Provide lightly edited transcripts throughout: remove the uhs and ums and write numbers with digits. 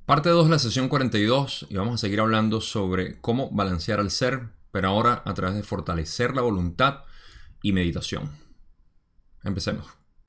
Parte 2 de la sesión 42 y vamos a seguir hablando sobre cómo balancear al ser, pero ahora a través de fortalecer la voluntad y meditación. Empecemos.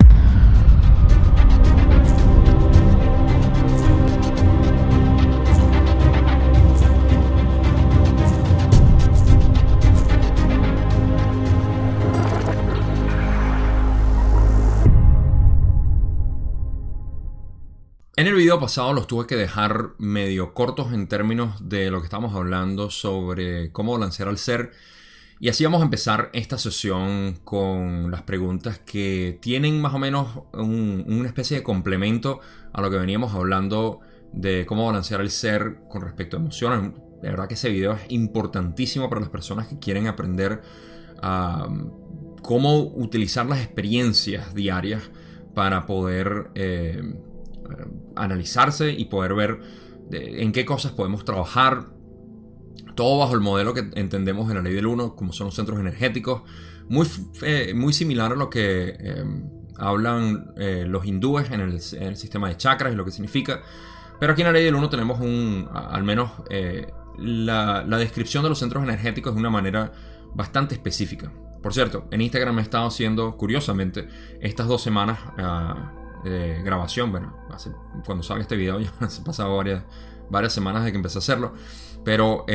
En el video pasado los tuve que dejar medio cortos en términos de lo que estamos hablando sobre cómo balancear al ser. Y así vamos a empezar esta sesión con las preguntas que tienen más o menos una especie de complemento a lo que veníamos hablando de cómo balancear el ser con respecto a emociones. De verdad que ese video es importantísimo para las personas que quieren aprender a cómo utilizar las experiencias diarias para poder analizarse y poder ver en qué cosas podemos trabajar. Todo bajo el modelo que entendemos en la ley del uno, como son los centros energéticos, muy similar a lo que hablan los hindúes en el sistema de chakras y lo que significa. Pero aquí en la ley del uno tenemos al menos la descripción de los centros energéticos de una manera bastante específica. Por cierto, en Instagram he estado haciendo, curiosamente, estas 2 semanas de grabación. Bueno, cuando salga este video ya se han pasado varias semanas de que empecé a hacerlo. Pero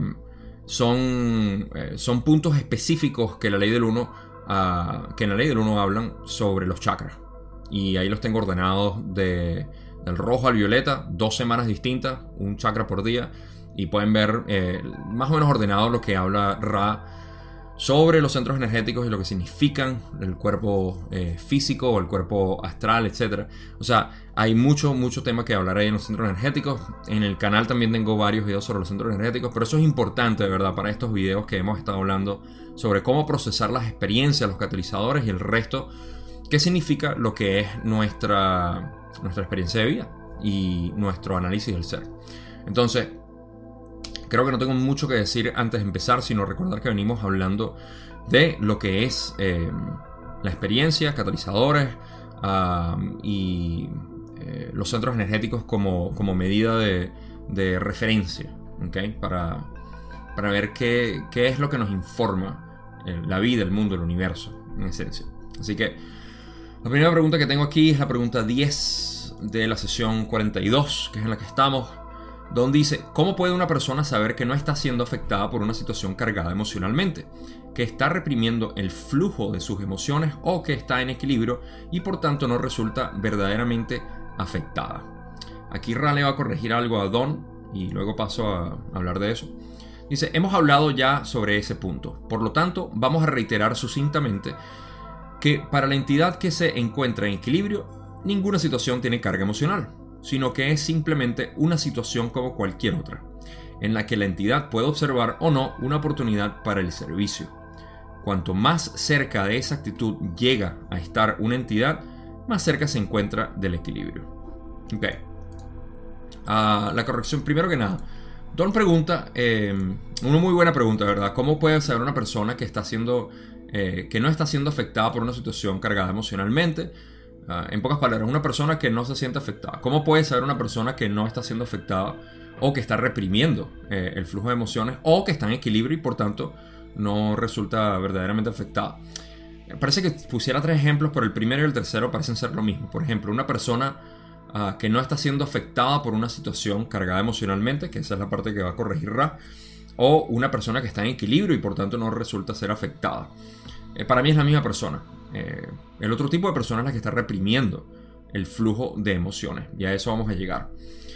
son puntos específicos que en la ley del 1 hablan sobre los chakras. Y ahí los tengo ordenados del rojo al violeta, 2 semanas distintas, un chakra por día. Y pueden ver más o menos ordenado lo que habla Ra sobre los centros energéticos y lo que significan el cuerpo físico o el cuerpo astral, etc. O sea, hay mucho tema que hablar ahí en los centros energéticos. En el canal también tengo varios videos sobre los centros energéticos, pero eso es importante, de verdad, para estos videos que hemos estado hablando sobre cómo procesar las experiencias, los catalizadores y el resto, qué significa lo que es nuestra experiencia de vida y nuestro análisis del ser. Entonces, creo que no tengo mucho que decir antes de empezar, sino recordar que venimos hablando de lo que es la experiencia, catalizadores y los centros energéticos como medida de referencia, ¿okay? Para ver qué es lo que nos informa la vida, el mundo, el universo, en esencia. Así que la primera pregunta que tengo aquí es la pregunta 10 de la sesión 42, que es en la que estamos. Don dice: ¿cómo puede una persona saber que no está siendo afectada por una situación cargada emocionalmente? Que está reprimiendo el flujo de sus emociones o que está en equilibrio y por tanto no resulta verdaderamente afectada. Aquí Ra le va a corregir algo a Don y luego paso a hablar de eso. Dice: hemos hablado ya sobre ese punto. Por lo tanto, vamos a reiterar sucintamente que para la entidad que se encuentra en equilibrio, ninguna situación tiene carga emocional, sino que es simplemente una situación como cualquier otra, en la que la entidad puede observar o no una oportunidad para el servicio. Cuanto más cerca de esa actitud llega a estar una entidad, más cerca se encuentra del equilibrio. Ok. La corrección, primero que nada, Don pregunta, una muy buena pregunta, ¿verdad? ¿Cómo puede saber una persona que no está siendo afectada por una situación cargada emocionalmente? En pocas palabras, una persona que no se siente afectada. ¿Cómo puede saber una persona que no está siendo afectada o que está reprimiendo el flujo de emociones o que está en equilibrio y por tanto no resulta verdaderamente afectada? Parece que pusiera 3 ejemplos, pero el primero y el tercero parecen ser lo mismo. Por ejemplo, una persona que no está siendo afectada por una situación cargada emocionalmente, que esa es la parte que va a corregir Ra, o una persona que está en equilibrio y por tanto no resulta ser afectada. Para mí es la misma persona. El otro tipo de persona es la que está reprimiendo el flujo de emociones, y a eso vamos a llegar.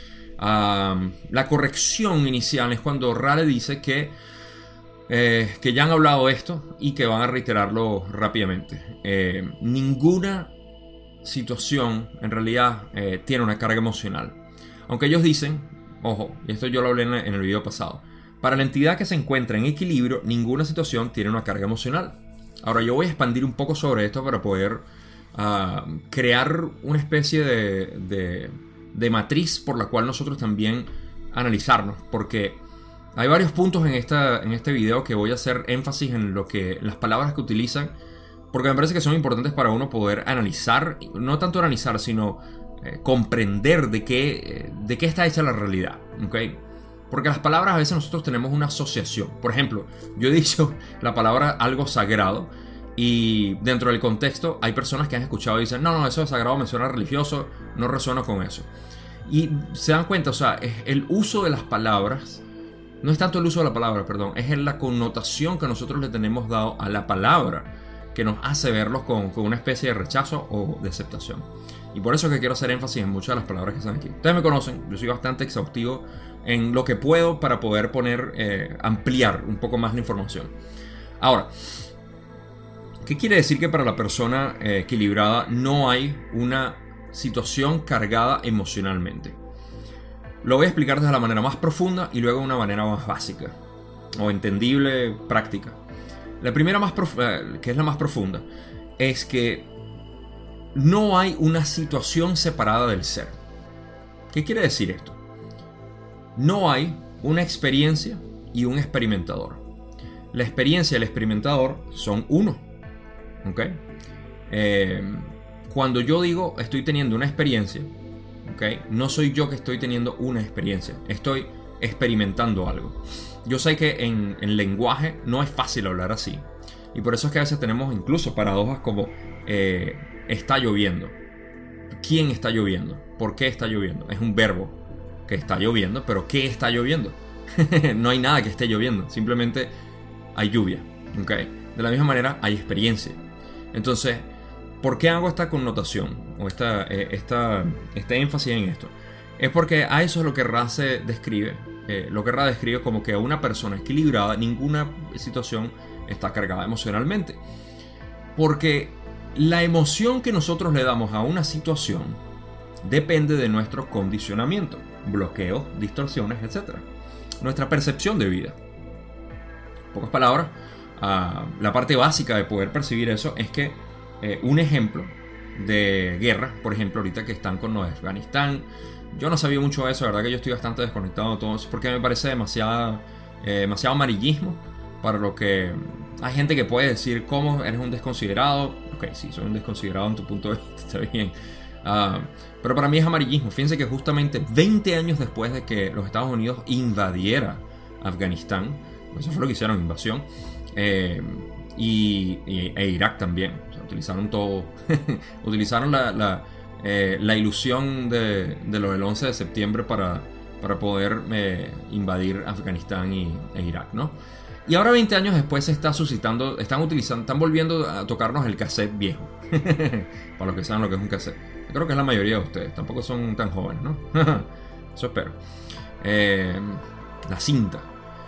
La corrección inicial es cuando Ra le dice que ya han hablado de esto y que van a reiterarlo rápidamente. Ninguna situación en realidad tiene una carga emocional, aunque ellos dicen, ojo, y esto yo lo hablé en el video pasado, para la entidad que se encuentra en equilibrio, ninguna situación tiene una carga emocional. Ahora yo voy a expandir un poco sobre esto para poder crear una especie de matriz por la cual nosotros también analizarnos, porque hay varios puntos en este video que voy a hacer énfasis en las palabras que utilizan, porque me parece que son importantes para uno poder analizar, no tanto analizar, sino comprender de qué está hecha la realidad, ¿ok? Porque las palabras a veces nosotros tenemos una asociación. Por ejemplo, yo he dicho la palabra algo sagrado y dentro del contexto hay personas que han escuchado y dicen no, eso de sagrado me suena religioso, no resueno con eso. Y se dan cuenta, o sea, es el uso de las palabras. No es tanto el uso de la palabra, perdón, es la connotación que nosotros le tenemos dado a la palabra que nos hace verlos con una especie de rechazo o de aceptación. Y por eso es que quiero hacer énfasis en muchas de las palabras que están aquí. Ustedes me conocen, yo soy bastante exhaustivo en lo que puedo para poder ampliar un poco más la información. Ahora, ¿qué quiere decir que para la persona equilibrada no hay una situación cargada emocionalmente? Lo voy a explicar desde la manera más profunda y luego de una manera más básica o entendible, práctica. La primera, que es la más profunda, es que no hay una situación separada del ser. ¿Qué quiere decir esto? No hay una experiencia y un experimentador. La experiencia y el experimentador son uno. ¿Ok? Cuando yo digo estoy teniendo una experiencia, ¿ok? No soy yo que estoy teniendo una experiencia. Estoy experimentando algo. Yo sé que en lenguaje no es fácil hablar así. Y por eso es que a veces tenemos incluso paradojas como está lloviendo. ¿Quién está lloviendo? ¿Por qué está lloviendo? Es un verbo que está lloviendo, pero ¿qué está lloviendo? No hay nada que esté lloviendo, simplemente hay lluvia, ¿ok? De la misma manera hay experiencia. Entonces, ¿por qué hago esta connotación o este énfasis en esto? Es porque a eso es lo que Rase describe. Lo que Ra describe como que a una persona equilibrada ninguna situación está cargada emocionalmente. Porque la emoción que nosotros le damos a una situación depende de nuestro condicionamiento, bloqueos, distorsiones, etc. Nuestra percepción de vida. En pocas palabras, la parte básica de poder percibir eso es que un ejemplo de guerra, por ejemplo, ahorita que están con lo de Afganistán, yo no sabía mucho de eso, la verdad que yo estoy bastante desconectado de todo eso, porque me parece demasiado amarillismo para lo que hay gente que puede decir cómo eres un desconsiderado. Ok, sí, soy un desconsiderado en tu punto de vista, está bien. Pero para mí es amarillismo. Fíjense que justamente 20 años después de que los Estados Unidos invadiera Afganistán, eso fue lo que hicieron, invasión, e Irak también, o sea, utilizaron todo, utilizaron la ilusión de lo del 11 de septiembre para poder invadir Afganistán e Irak, ¿no? Y ahora 20 años después se está suscitando, están volviendo a tocarnos el cassette viejo. Para los que saben lo que es un cassette. Yo creo que es la mayoría de ustedes, tampoco son tan jóvenes, ¿no? Eso espero. La cinta.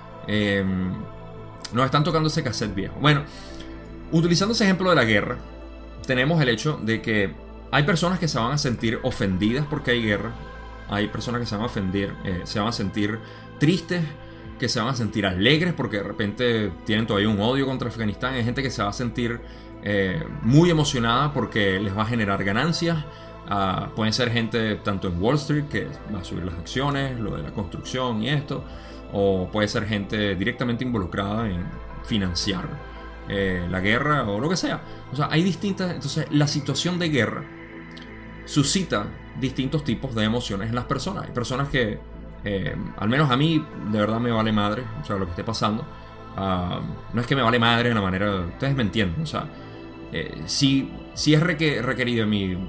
Nos están tocando ese cassette viejo. Bueno, utilizando ese ejemplo de la guerra, tenemos el hecho de que hay personas que se van a sentir ofendidas porque hay guerra. Hay personas que se van a sentir tristes, que se van a sentir alegres porque de repente tienen todavía un odio contra Afganistán. Hay gente que se va a sentir muy emocionada porque les va a generar ganancias. Pueden ser gente tanto en Wall Street, que va a subir las acciones, lo de la construcción y esto, o puede ser gente directamente involucrada en financiar la guerra o lo que sea. O sea, hay distintas. Entonces, la situación de guerra suscita distintos tipos de emociones en las personas. Hay personas que al menos a mí de verdad me vale madre, o sea, lo que esté pasando. No es que me vale madre de la manera, ustedes me entienden, o sea, si es requerido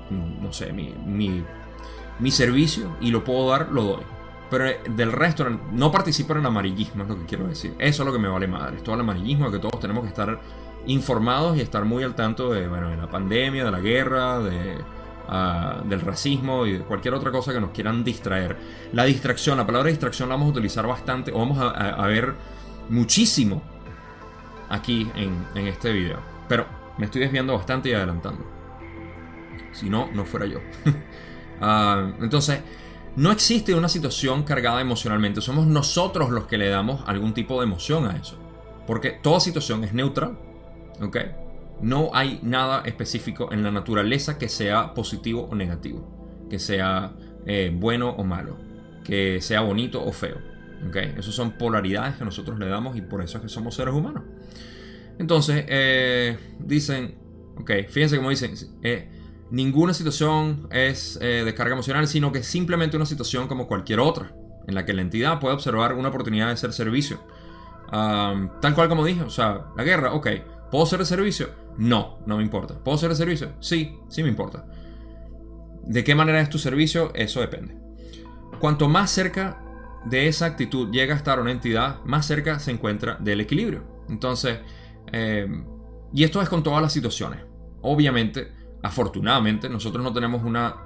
mi servicio y lo puedo dar, lo doy. Pero del resto no participo en el amarillismo, es lo que quiero decir. Eso es lo que me vale madre, es todo el amarillismo de que todos tenemos que estar informados y estar muy al tanto de la pandemia, de la guerra, del racismo y de cualquier otra cosa que nos quieran distraer. La distracción, la palabra distracción la vamos a utilizar bastante, o vamos a ver muchísimo aquí en este video. Pero me estoy desviando bastante y adelantando. Si no, no fuera yo. Entonces, no existe una situación cargada emocionalmente. Somos nosotros los que le damos algún tipo de emoción a eso. Porque toda situación es neutral. ¿Ok? No hay nada específico en la naturaleza que sea positivo o negativo, que sea bueno o malo, que sea bonito o feo. ¿Okay? Esas son polaridades que nosotros le damos y por eso es que somos seres humanos. Entonces, dicen, ok, fíjense cómo dicen, Ninguna situación es de carga emocional, sino que es simplemente una situación como cualquier otra, en la que la entidad puede observar una oportunidad de hacer servicio. Tal cual como dije, o sea, la guerra, ok. ¿Puedo ser de servicio? No, no me importa. ¿Puedo ser de servicio? Sí, sí me importa. ¿De qué manera es tu servicio? Eso depende. Cuanto más cerca de esa actitud llega a estar una entidad, más cerca se encuentra del equilibrio. Entonces, y esto es con todas las situaciones. Obviamente, afortunadamente, nosotros no tenemos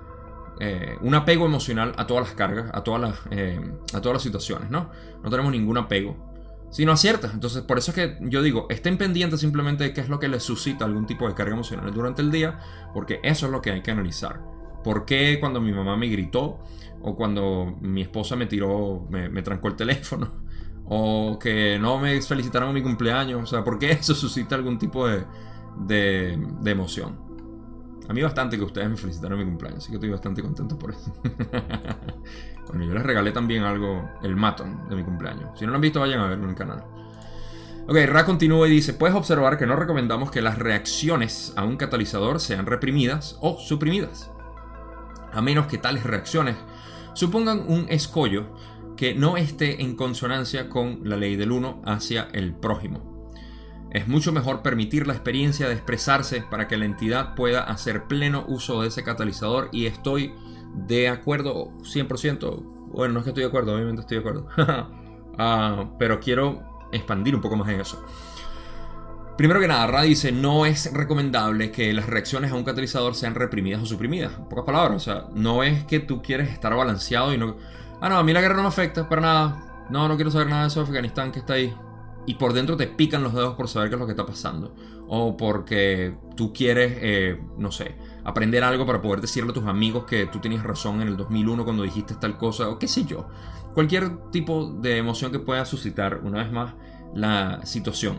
un apego emocional a todas las cargas, a todas las situaciones, ¿no? No tenemos ningún apego, sino a ciertas. Entonces, por eso es que yo digo, estén pendientes simplemente de qué es lo que les suscita algún tipo de carga emocional durante el día, porque eso es lo que hay que analizar. ¿Por qué cuando mi mamá me gritó? O cuando mi esposa me tiró, me trancó el teléfono, o que no me felicitaron en mi cumpleaños. O sea, ¿por qué eso suscita algún tipo de emoción? A mí bastante que ustedes me felicitaron en mi cumpleaños, así que estoy bastante contento por eso. Bueno, yo les regalé también algo, el Maton de mi cumpleaños. Si no lo han visto, vayan a verlo en el canal. Ok, Ra continúa y dice: puedes observar que no recomendamos que las reacciones a un catalizador sean reprimidas o suprimidas, a menos que tales reacciones supongan un escollo que no esté en consonancia con la ley del uno hacia el prójimo. Es mucho mejor permitir la experiencia de expresarse para que la entidad pueda hacer pleno uso de ese catalizador, y estoy de acuerdo 100%. Bueno, no es que estoy de acuerdo, obviamente estoy de acuerdo. Pero quiero expandir un poco más en eso. Primero que nada, Ra dice: no es recomendable que las reacciones a un catalizador sean reprimidas o suprimidas. En pocas palabras, o sea, no es que tú quieres estar balanceado y no... no, a mí la guerra no me afecta para nada. No quiero saber nada de eso de Afganistán que está ahí. Y por dentro te pican los dedos por saber qué es lo que está pasando. O porque tú quieres, no sé, aprender algo para poder decirle a tus amigos que tú tenías razón en el 2001 cuando dijiste tal cosa, o qué sé yo. Cualquier tipo de emoción que pueda suscitar, una vez más, la situación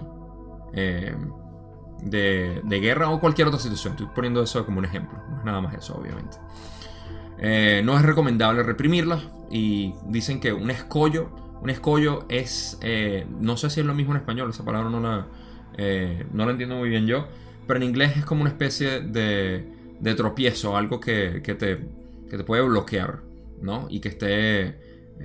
de guerra o cualquier otra situación. Estoy poniendo eso como un ejemplo. No es nada más eso, obviamente. No es recomendable reprimirlas. Y dicen que un escollo es... no sé si es lo mismo en español. Esa palabra no la entiendo muy bien yo. Pero en inglés es como una especie de tropiezo. Algo que te puede bloquear, ¿no? Y que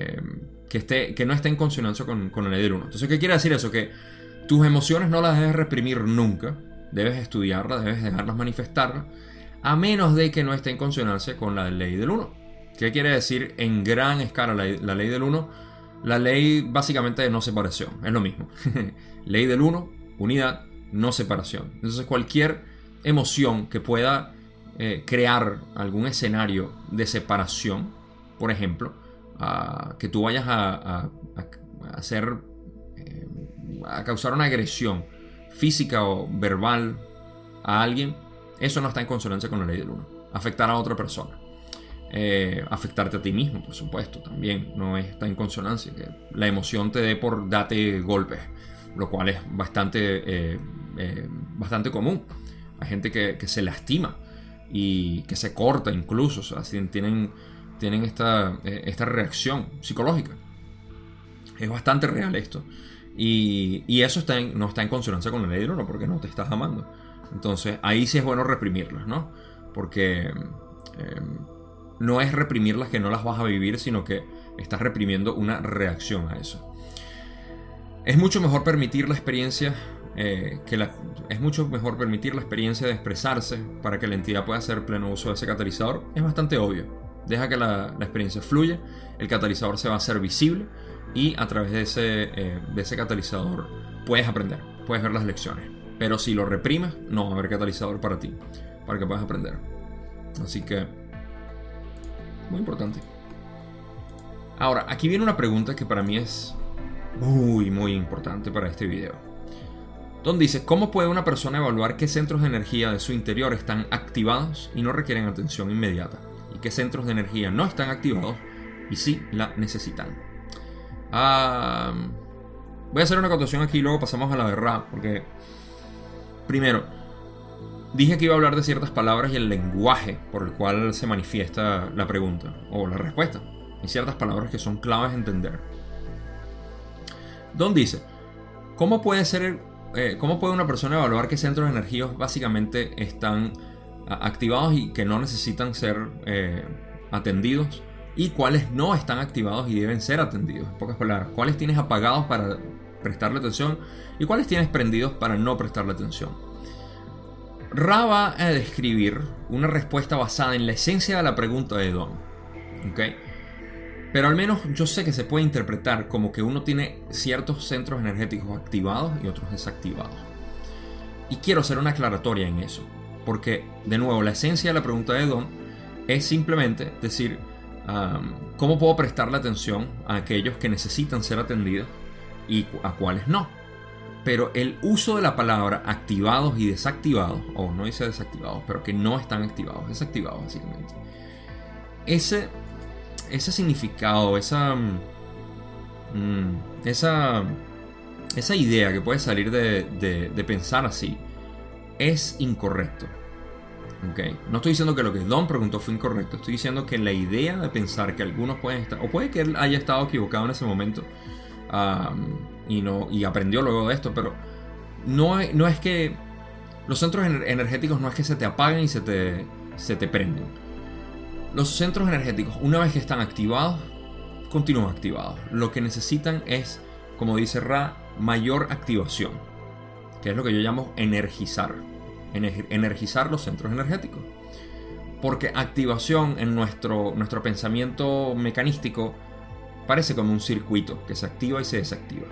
no esté en consonancia con la ley del uno. Entonces, ¿qué quiere decir eso? Que tus emociones no las debes reprimir nunca. Debes estudiarlas, debes dejarlas manifestarlas, a menos de que no esté en consonancia con la ley del uno. ¿Qué quiere decir en gran escala la ley del uno? La ley básicamente de no separación. Es lo mismo. Ley del uno, unidad, no separación. Entonces cualquier emoción que pueda crear algún escenario de separación, por ejemplo, que tú vayas a hacer... a causar una agresión física o verbal a alguien, eso no está en consonancia con la ley del uno. Afectar a otra persona, afectarte a ti mismo, por supuesto, también no está en consonancia. Que la emoción te dé por date golpes, lo cual es bastante común. Hay gente que se lastima y que se corta incluso, o sea, tienen esta reacción psicológica. Es bastante real esto. Y eso no está en consonancia con la ley del uno, porque no te estás amando. Entonces ahí sí es bueno reprimirlas, ¿no? Porque no es reprimirlas que no las vas a vivir, sino que estás reprimiendo una reacción a eso. Es mucho mejor permitir la experiencia es mucho mejor permitir la experiencia de expresarse para que la entidad pueda hacer pleno uso de ese catalizador. Es bastante obvio. Deja que la experiencia fluya, el catalizador se va a hacer visible, y a través de ese catalizador puedes aprender, puedes ver las lecciones. Pero si lo reprimes, no va a haber catalizador para ti, para que puedas aprender. Así que, muy importante. Ahora, aquí viene una pregunta que para mí es muy, muy importante para este video. Donde dice: ¿cómo puede una persona evaluar qué centros de energía de su interior están activados y no requieren atención inmediata? Y qué centros de energía no están activados y sí la necesitan. Voy a hacer una acotación aquí y luego pasamos a la de Ra, porque primero dije que iba a hablar de ciertas palabras y el lenguaje por el cual se manifiesta la pregunta o la respuesta. Hay ciertas palabras que son claves a entender. Don dice: ¿cómo puede una persona evaluar qué centros de energía básicamente están activados y que no necesitan ser atendidos, y cuáles no están activados y deben ser atendidos. En pocas palabras, cuáles tienes apagados para prestarle atención y cuáles tienes prendidos para no prestarle atención. Ra va a describir una respuesta basada en la esencia de la pregunta de Don. ¿Okay? Pero al menos yo sé que se puede interpretar como que uno tiene ciertos centros energéticos activados y otros desactivados. Y quiero hacer una aclaratoria en eso. Porque, de nuevo, la esencia de la pregunta de Don es simplemente decir cómo puedo prestarle atención a aquellos que necesitan ser atendidos y a cuáles no. Pero el uso de la palabra activados y desactivados, o no dice desactivados, pero que no están activados, desactivados básicamente. Ese significado, esa idea que puede salir de pensar así es incorrecto. Okay. No estoy diciendo que lo que Don preguntó fue incorrecto. Estoy diciendo que la idea de pensar que algunos pueden estar, o puede que él haya estado equivocado en ese momento y aprendió luego de esto, pero no es que los centros energéticos no es que se te apaguen y se te prenden. Los centros energéticos, una vez que están activados, continúan activados. Lo que necesitan es, como dice Ra, mayor activación, que es lo que yo llamo energizar los centros energéticos. Porque activación en nuestro pensamiento mecanístico parece como un circuito que se activa y se desactiva.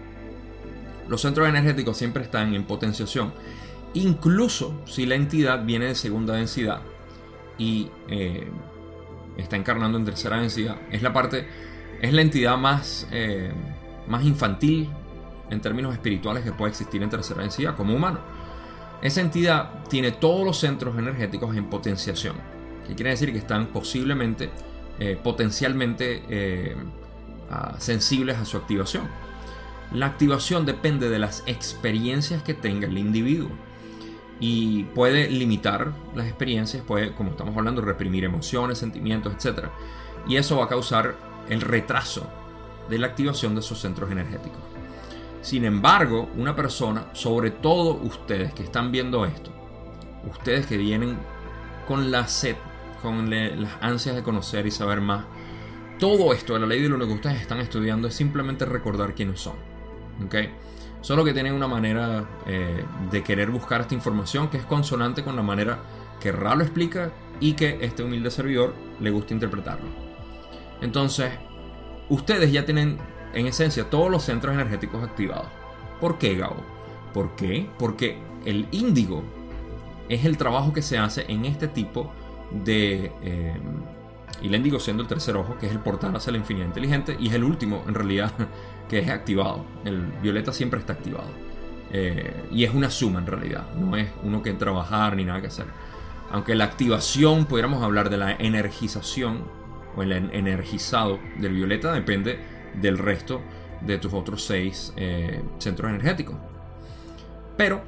Los centros energéticos siempre están en potenciación, incluso si la entidad viene de segunda densidad y está encarnando en tercera densidad. Es la entidad más infantil en términos espirituales que puede existir en tercera densidad como humano. Esa entidad tiene todos los centros energéticos en potenciación, que quiere decir que están posiblemente, potencialmente sensibles a su activación. La activación depende de las experiencias que tenga el individuo y puede limitar las experiencias, puede, como estamos hablando, reprimir emociones, sentimientos, etc. Y eso va a causar el retraso de la activación de esos centros energéticos. Sin embargo, una persona, sobre todo ustedes que están viendo esto, ustedes que vienen con la sed, con las ansias de conocer y saber más, todo esto de la ley de lo que ustedes están estudiando es simplemente recordar quiénes son. ¿Okay? Solo que tienen una manera de querer buscar esta información que es consonante con la manera que Ra lo explica y que este humilde servidor le gusta interpretarlo. Entonces, ustedes ya tienen en esencia todos los centros energéticos activados. ¿Por qué, Gabo? ¿Por qué? Porque el índigo es el trabajo que se hace en este tipo de... y el índigo siendo el tercer ojo, que es el portal hacia la infinidad inteligente, y es el último, en realidad, que es activado. El violeta siempre está activado. Y es una suma, en realidad. No es uno que trabajar ni nada que hacer. Aunque la activación, pudiéramos hablar de la energización, o el energizado del violeta, depende del resto de tus otros 6 centros energéticos. Pero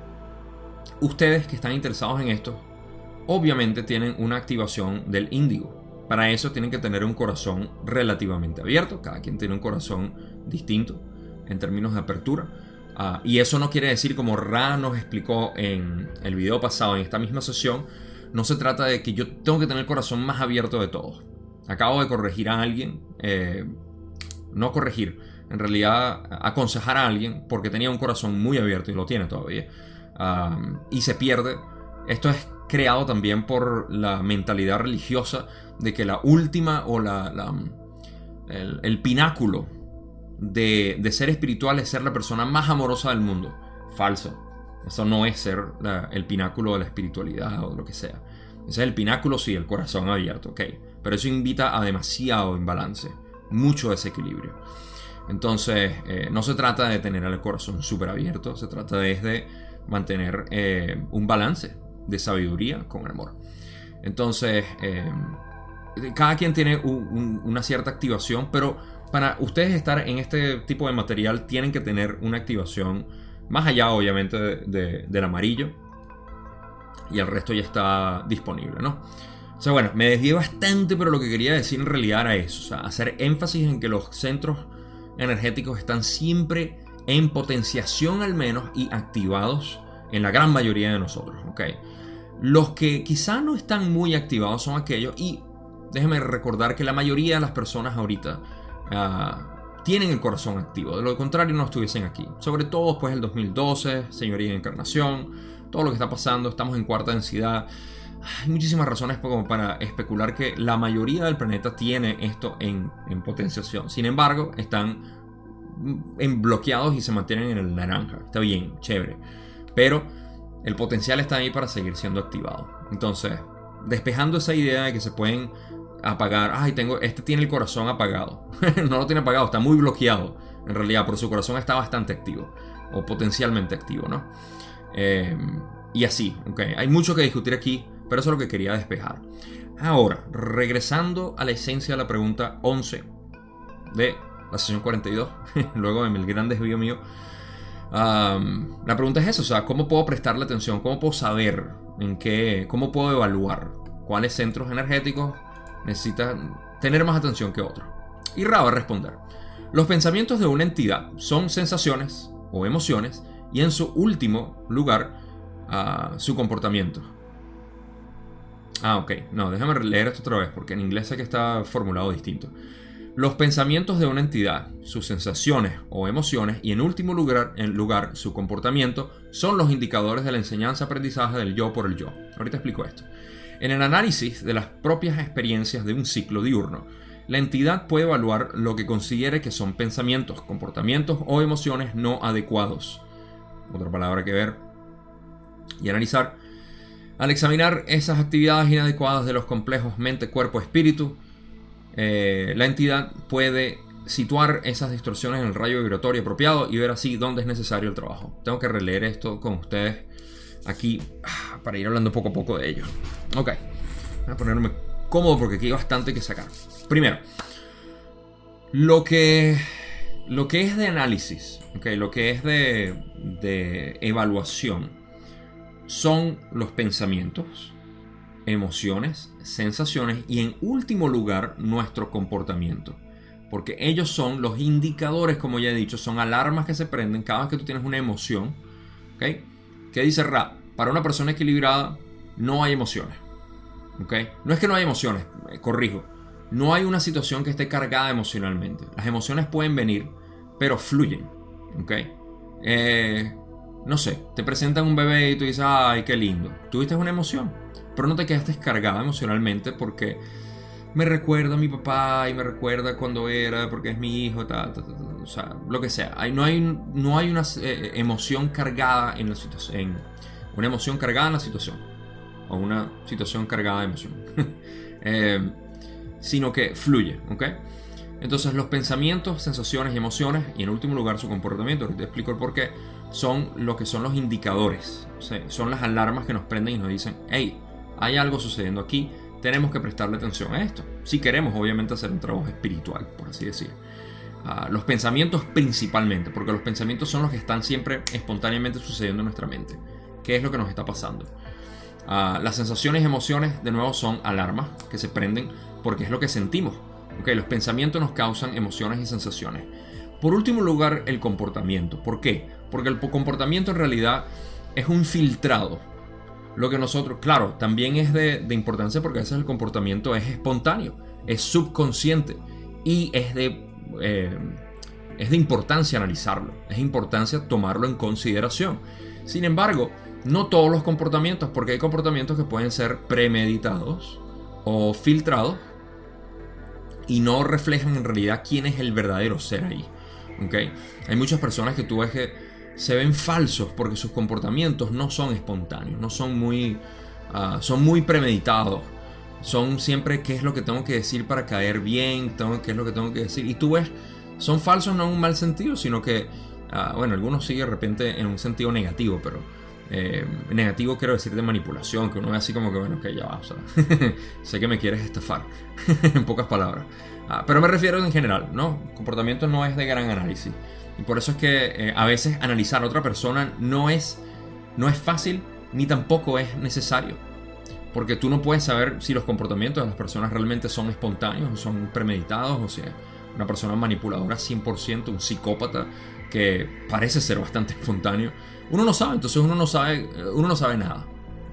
ustedes que están interesados en esto, obviamente tienen una activación del índigo. Para eso tienen que tener un corazón relativamente abierto. Cada quien tiene un corazón distinto en términos de apertura. Y eso no quiere decir, como Ra nos explicó en el video pasado, en esta misma sesión, no se trata de que yo tengo que tener el corazón más abierto de todos. Acabo de corregir a alguien, no corregir, en realidad aconsejar a alguien porque tenía un corazón muy abierto y lo tiene todavía, y se pierde. Esto es creado también por la mentalidad religiosa de que la última o el pináculo de ser espiritual es ser la persona más amorosa del mundo. Falso. Eso no es ser el pináculo de la espiritualidad o lo que sea. Ese es el pináculo, sí, el corazón abierto, ok. Pero eso invita a demasiado imbalance, mucho desequilibrio. Entonces, no se trata de tener el corazón súper abierto, se trata de mantener un balance de sabiduría con amor. Entonces, cada quien tiene una cierta activación, pero para ustedes estar en este tipo de material tienen que tener una activación más allá, obviamente, del amarillo, y el resto ya está disponible, ¿no? O sea, bueno, me desvié bastante, pero lo que quería decir en realidad era eso. O sea, hacer énfasis en que los centros energéticos están siempre en potenciación al menos y activados en la gran mayoría de nosotros, ¿ok? Los que quizá no están muy activados son aquellos, y déjeme recordar que la mayoría de las personas ahorita tienen el corazón activo. De lo contrario no estuviesen aquí. Sobre todo después del 2012, Señoría de Encarnación, todo lo que está pasando, estamos en cuarta densidad. Hay muchísimas razones como para especular que la mayoría del planeta tiene esto en potenciación. Sin embargo, están bloqueados y se mantienen en el naranja. Está bien, chévere. Pero el potencial está ahí para seguir siendo activado. Entonces, despejando esa idea de que se pueden apagar. Ay, este tiene el corazón apagado. No lo tiene apagado, está muy bloqueado. En realidad, pero su corazón está bastante activo. O potencialmente activo, ¿no? Y así, ¿ok? Hay mucho que discutir aquí, pero eso es lo que quería despejar. Ahora, regresando a la esencia de la pregunta 11 de la sesión 42, luego de mi gran desvío mío. La pregunta es eso, o sea, ¿cómo puedo prestarle atención? ¿Cómo puedo saber cómo puedo evaluar cuáles centros energéticos necesitan tener más atención que otros? Y Ra va a responder: los pensamientos de una entidad son sensaciones o emociones, y en su último lugar, su comportamiento. Ok, no, déjame leer esto otra vez, porque en inglés sé que está formulado distinto. Los pensamientos de una entidad, sus sensaciones o emociones, y en último lugar, su comportamiento, son los indicadores de la enseñanza-aprendizaje del yo por el yo. Ahorita explico esto. En el análisis de las propias experiencias de un ciclo diurno, la entidad puede evaluar lo que considere que son pensamientos, comportamientos o emociones no adecuados. Otra palabra que ver y analizar. Al examinar esas actividades inadecuadas de los complejos mente, cuerpo, espíritu, la entidad puede situar esas distorsiones en el rayo vibratorio apropiado y ver así dónde es necesario el trabajo. Tengo que releer esto con ustedes aquí para ir hablando poco a poco de ello. Ok, voy a ponerme cómodo porque aquí hay bastante que sacar. Primero, lo que es de análisis, okay, lo que es de evaluación, son los pensamientos, emociones, sensaciones y en último lugar nuestro comportamiento, porque ellos son los indicadores, como ya he dicho, son alarmas que se prenden cada vez que tú tienes una emoción. ¿Okay? ¿Qué dice Ra? Para una persona equilibrada no hay emociones. ¿Okay? No es que no hay emociones, corrijo, no hay una situación que esté cargada emocionalmente. Las emociones pueden venir, pero fluyen. ¿Okay? No sé, te presentan un bebé y tú dices, ay, qué lindo. Tuviste una emoción, pero no te quedaste descargada emocionalmente porque me recuerda a mi papá y me recuerda cuando era, porque es mi hijo, o sea, lo que sea. No hay una emoción cargada en la situación, una emoción cargada en la situación, o una situación cargada de emoción, sino que fluye, ¿ok? Entonces los pensamientos, sensaciones y emociones, y en último lugar su comportamiento, ahorita te explico el porqué, son lo que son los indicadores, o sea, son las alarmas que nos prenden y nos dicen, hey, hay algo sucediendo aquí, tenemos que prestarle atención a esto, si queremos obviamente hacer un trabajo espiritual, por así decir. Los pensamientos principalmente, porque los pensamientos son los que están siempre espontáneamente sucediendo en nuestra mente. ¿Qué es lo que nos está pasando? Las sensaciones y emociones, de nuevo, son alarmas que se prenden porque es lo que sentimos. Okay, los pensamientos nos causan emociones y sensaciones. Por último lugar, el comportamiento. ¿Por qué? Porque el comportamiento en realidad es un filtrado. Lo que nosotros, claro, también es de importancia porque a veces el comportamiento es espontáneo, es subconsciente y es de importancia analizarlo, es de importancia tomarlo en consideración. Sin embargo, no todos los comportamientos, porque hay comportamientos que pueden ser premeditados o filtrados y no reflejan en realidad quién es el verdadero ser ahí. ¿Okay? Hay muchas personas que tú ves que se ven falsos porque sus comportamientos no son espontáneos, no son son muy premeditados. Son siempre qué es lo que tengo que decir para caer bien, qué es lo que tengo que decir. Y tú ves, son falsos no en un mal sentido, sino que, bueno, algunos sí de repente en un sentido negativo, pero negativo quiero decir de manipulación, que uno ve así como que, bueno, que ya va, o sea, sé que me quieres estafar, en pocas palabras. Pero me refiero en general, ¿no? Comportamiento no es de gran análisis. Y por eso es que a veces analizar a otra persona no es fácil ni tampoco es necesario. Porque tú no puedes saber si los comportamientos de las personas realmente son espontáneos o son premeditados, o si es una persona manipuladora 100%, un psicópata que parece ser bastante espontáneo. Uno no sabe, entonces uno no sabe nada.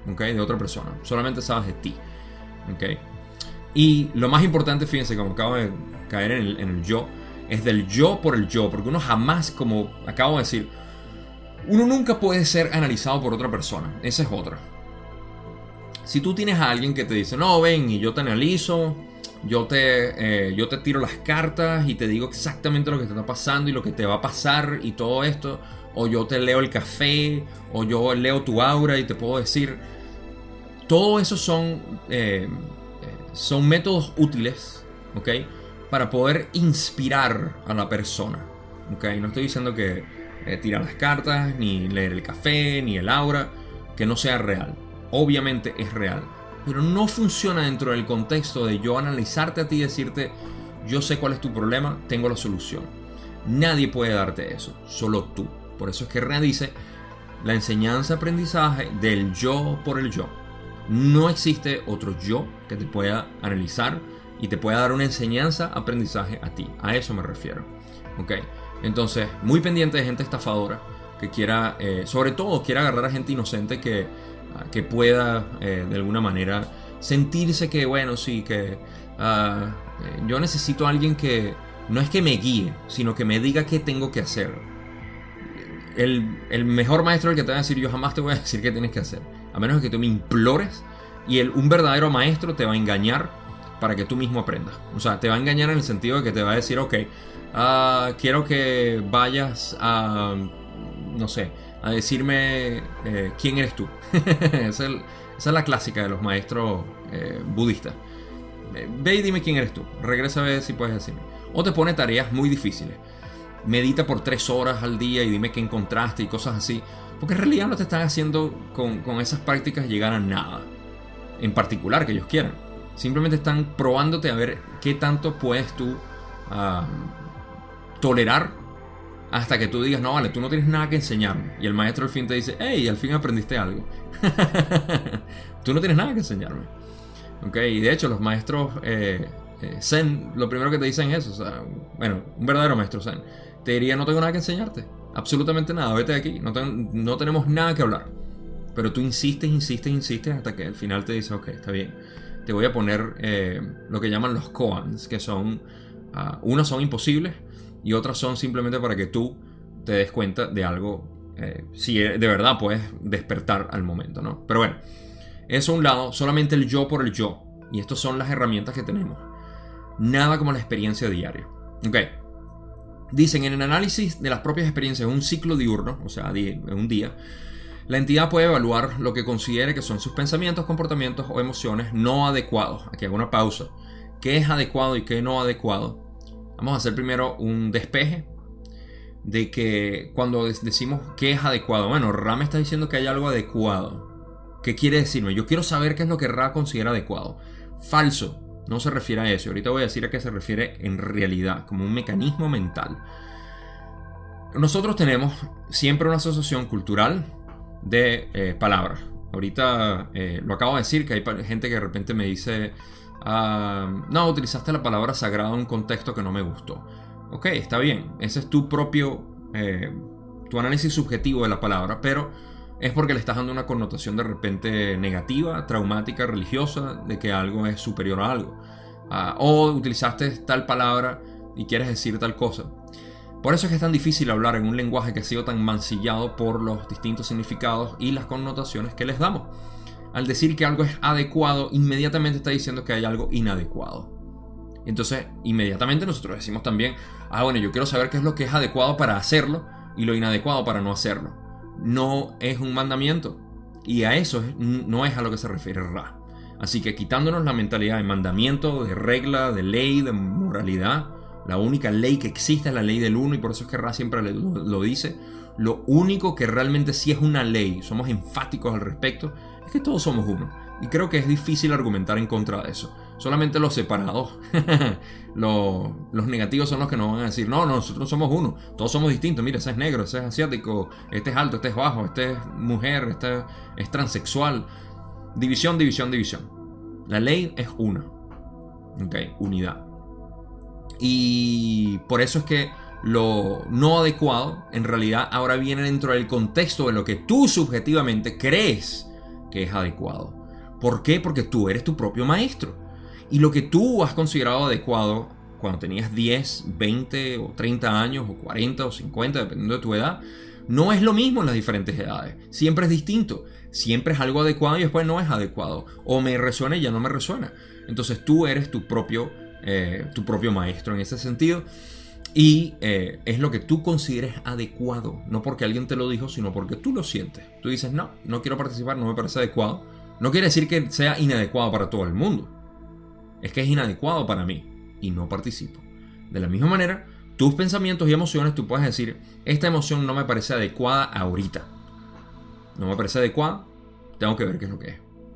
¿ok? De otra persona. Solamente sabes de ti, ¿ok? Y lo más importante, fíjense, como acabo de caer en el yo, es del yo por el yo. Porque uno jamás, como acabo de decir, uno nunca puede ser analizado por otra persona. Esa es otra. Si tú tienes a alguien que te dice, no, ven y yo te analizo, yo te tiro las cartas y te digo exactamente lo que te está pasando y lo que te va a pasar y todo esto, o yo te leo el café, o yo leo tu aura y te puedo decir, todo eso son métodos útiles, ¿ok? Para poder inspirar a la persona, ¿ok? No estoy diciendo que tirar las cartas, ni leer el café, ni el aura, que no sea real. Obviamente es real, pero no funciona dentro del contexto de yo analizarte a ti y decirte, yo sé cuál es tu problema, tengo la solución. Nadie puede darte eso, solo tú. Por eso es que Rea dice, la enseñanza-aprendizaje del yo por el yo. No existe otro yo que te pueda analizar y te pueda dar una enseñanza-aprendizaje a ti. A eso me refiero, ¿ok? Entonces, muy pendiente de gente estafadora que quiera, sobre todo quiera agarrar a gente inocente que pueda de alguna manera sentirse que, bueno, sí, que yo necesito a alguien que no es que me guíe, sino que me diga qué tengo que hacer. El mejor maestro es el que te va a decir, yo jamás te voy a decir qué tienes que hacer, a menos que tú me implores, y un verdadero maestro te va a engañar para que tú mismo aprendas. O sea, te va a engañar en el sentido de que te va a decir, ok, quiero que vayas a, no sé, a decirme quién eres tú. Esa es la clásica de los maestros budistas. Ve y dime quién eres tú. Regresa a ver si puedes decirme. O te pone tareas muy difíciles. Medita por 3 horas al día y dime qué encontraste y cosas así. Porque en realidad no te están haciendo con esas prácticas llegar a nada en particular que ellos quieran. Simplemente están probándote a ver qué tanto puedes tú tolerar hasta que tú digas, no, vale, tú no tienes nada que enseñarme. Y el maestro al fin te dice, hey, al fin aprendiste algo. Tú no tienes nada que enseñarme. ¿Ok? Y de hecho los maestros Zen, lo primero que te dicen es eso. O sea, bueno, un verdadero maestro Zen te diría, no tengo nada que enseñarte. Absolutamente nada, vete de aquí. No tenemos nada que hablar. Pero tú insistes hasta que al final te dice, ok, está bien. Te voy a poner lo que llaman los koans, que son, unas son imposibles y otras son simplemente para que tú te des cuenta de algo, si de verdad puedes despertar al momento, ¿no? Pero bueno, eso a un lado, solamente el yo por el yo. Y estas son las herramientas que tenemos. Nada como la experiencia diaria. Ok. Dicen, en el análisis de las propias experiencias en un ciclo diurno, o sea, en un día, la entidad puede evaluar lo que considere que son sus pensamientos, comportamientos o emociones no adecuados. Aquí hago una pausa. ¿Qué es adecuado y qué no adecuado? Vamos a hacer primero un despeje de que cuando decimos qué es adecuado. Bueno, Ra me está diciendo que hay algo adecuado. ¿Qué quiere decirme? Yo quiero saber qué es lo que Ra considera adecuado. Falso. No se refiere a eso. Ahorita voy a decir a qué se refiere en realidad, como un mecanismo mental. Nosotros tenemos siempre una asociación cultural de palabras. Ahorita lo acabo de decir, que hay gente que de repente me dice, no, utilizaste la palabra sagrado en un contexto que no me gustó. Ok, está bien. Ese es tu propio, tu análisis subjetivo de la palabra, pero es porque le estás dando una connotación de repente negativa, traumática, religiosa, de que algo es superior a algo. O utilizaste tal palabra y quieres decir tal cosa. Por eso es que es tan difícil hablar en un lenguaje que ha sido tan mancillado por los distintos significados y las connotaciones que les damos. Al decir que algo es adecuado, inmediatamente está diciendo que hay algo inadecuado. Entonces, inmediatamente nosotros decimos también, bueno, yo quiero saber qué es lo que es adecuado para hacerlo y lo inadecuado para no hacerlo. No es un mandamiento. Y a eso no es a lo que se refiere Ra. Así que quitándonos la mentalidad de mandamiento, de regla, de ley, de moralidad, la única ley que existe es la ley del uno, y por eso es que Ra siempre lo dice. Lo único que realmente sí es una ley, somos enfáticos al respecto, es que todos somos uno. Y creo que es difícil argumentar en contra de eso. Solamente los separados, los negativos son los que nos van a decir, no, nosotros somos uno, todos somos distintos. Mira, ese es negro, ese es asiático, este es alto, este es bajo, este es mujer, este es transexual. División, división, división. La ley es una. Ok, unidad. Y por eso es que lo no adecuado en realidad ahora viene dentro del contexto de lo que tú subjetivamente crees que es adecuado. ¿Por qué? Porque tú eres tu propio maestro. Y lo que tú has considerado adecuado cuando tenías 10, 20 o 30 años o 40 o 50, dependiendo de tu edad, no es lo mismo en las diferentes edades. Siempre es distinto. Siempre es algo adecuado y después no es adecuado. O me resuena y ya no me resuena. Entonces tú eres tu propio maestro en ese sentido. Y es lo que tú consideres adecuado. No porque alguien te lo dijo, sino porque tú lo sientes. Tú dices, no quiero participar, no me parece adecuado. No quiere decir que sea inadecuado para todo el mundo. Es que es inadecuado para mí y no participo. De la misma manera, tus pensamientos y emociones, tú puedes decir, esta emoción no me parece adecuada ahorita. No me parece adecuada, tengo que ver qué es lo que es.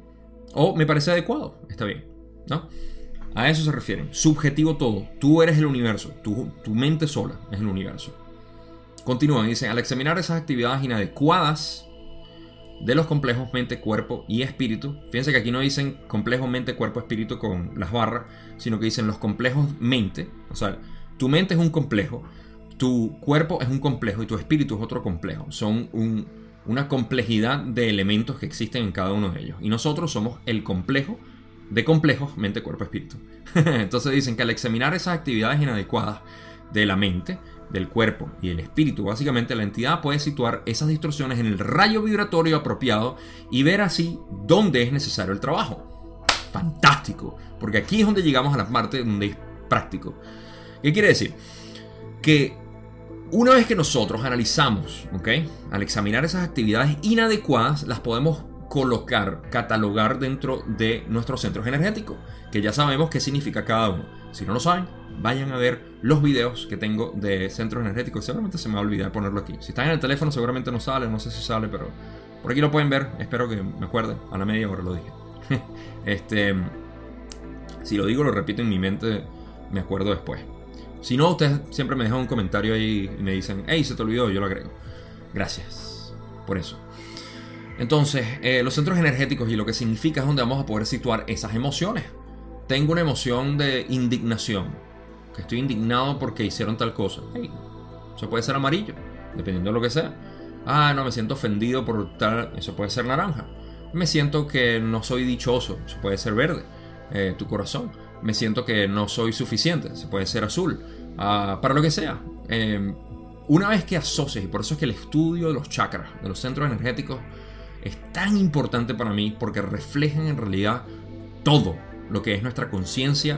O me parece adecuado, está bien, ¿no? A eso se refieren. Subjetivo todo. Tú eres el universo. Tu mente sola es el universo. Continúan, dicen, al examinar esas actividades inadecuadas de los complejos mente, cuerpo y espíritu. Fíjense que aquí no dicen complejos mente, cuerpo, espíritu con las barras, sino que dicen los complejos mente. O sea, tu mente es un complejo, tu cuerpo es un complejo y tu espíritu es otro complejo. Son una complejidad de elementos que existen en cada uno de ellos. Y nosotros somos el complejo de complejos mente, cuerpo, espíritu. Entonces dicen que al examinar esas actividades inadecuadas de la mente, del cuerpo y el espíritu, básicamente la entidad puede situar esas distorsiones en el rayo vibratorio apropiado y ver así dónde es necesario el trabajo. Fantástico, porque aquí es donde llegamos a la parte donde es práctico. ¿Qué quiere decir? Que una vez que nosotros analizamos, al examinar esas actividades inadecuadas, las podemos colocar, catalogar dentro de nuestros centros energéticos, que ya sabemos qué significa cada uno. Si no lo saben, vayan a ver los videos que tengo de centros energéticos. Seguramente se me va a olvidar ponerlo aquí. Si están en el teléfono seguramente no sale, no sé si sale, pero por aquí lo pueden ver. Espero que me acuerde. A la media hora lo dije. Si lo digo, lo repito en mi mente, me acuerdo después. Si no, ustedes siempre me dejan un comentario ahí y me dicen, hey, se te olvidó, yo lo agrego. Gracias por eso. Entonces, los centros energéticos y lo que significa es donde vamos a poder situar esas emociones. Tengo una emoción de indignación, que estoy indignado porque hicieron tal cosa. Hey, eso puede ser amarillo, dependiendo de lo que sea. No, me siento ofendido por tal, eso puede ser naranja. Me siento que no soy dichoso, eso puede ser verde, tu corazón. Me siento que no soy suficiente, eso puede ser azul, para lo que sea. Una vez que asocias, y por eso es que el estudio de los chakras, de los centros energéticos, es tan importante para mí porque reflejan en realidad todo lo que es nuestra conciencia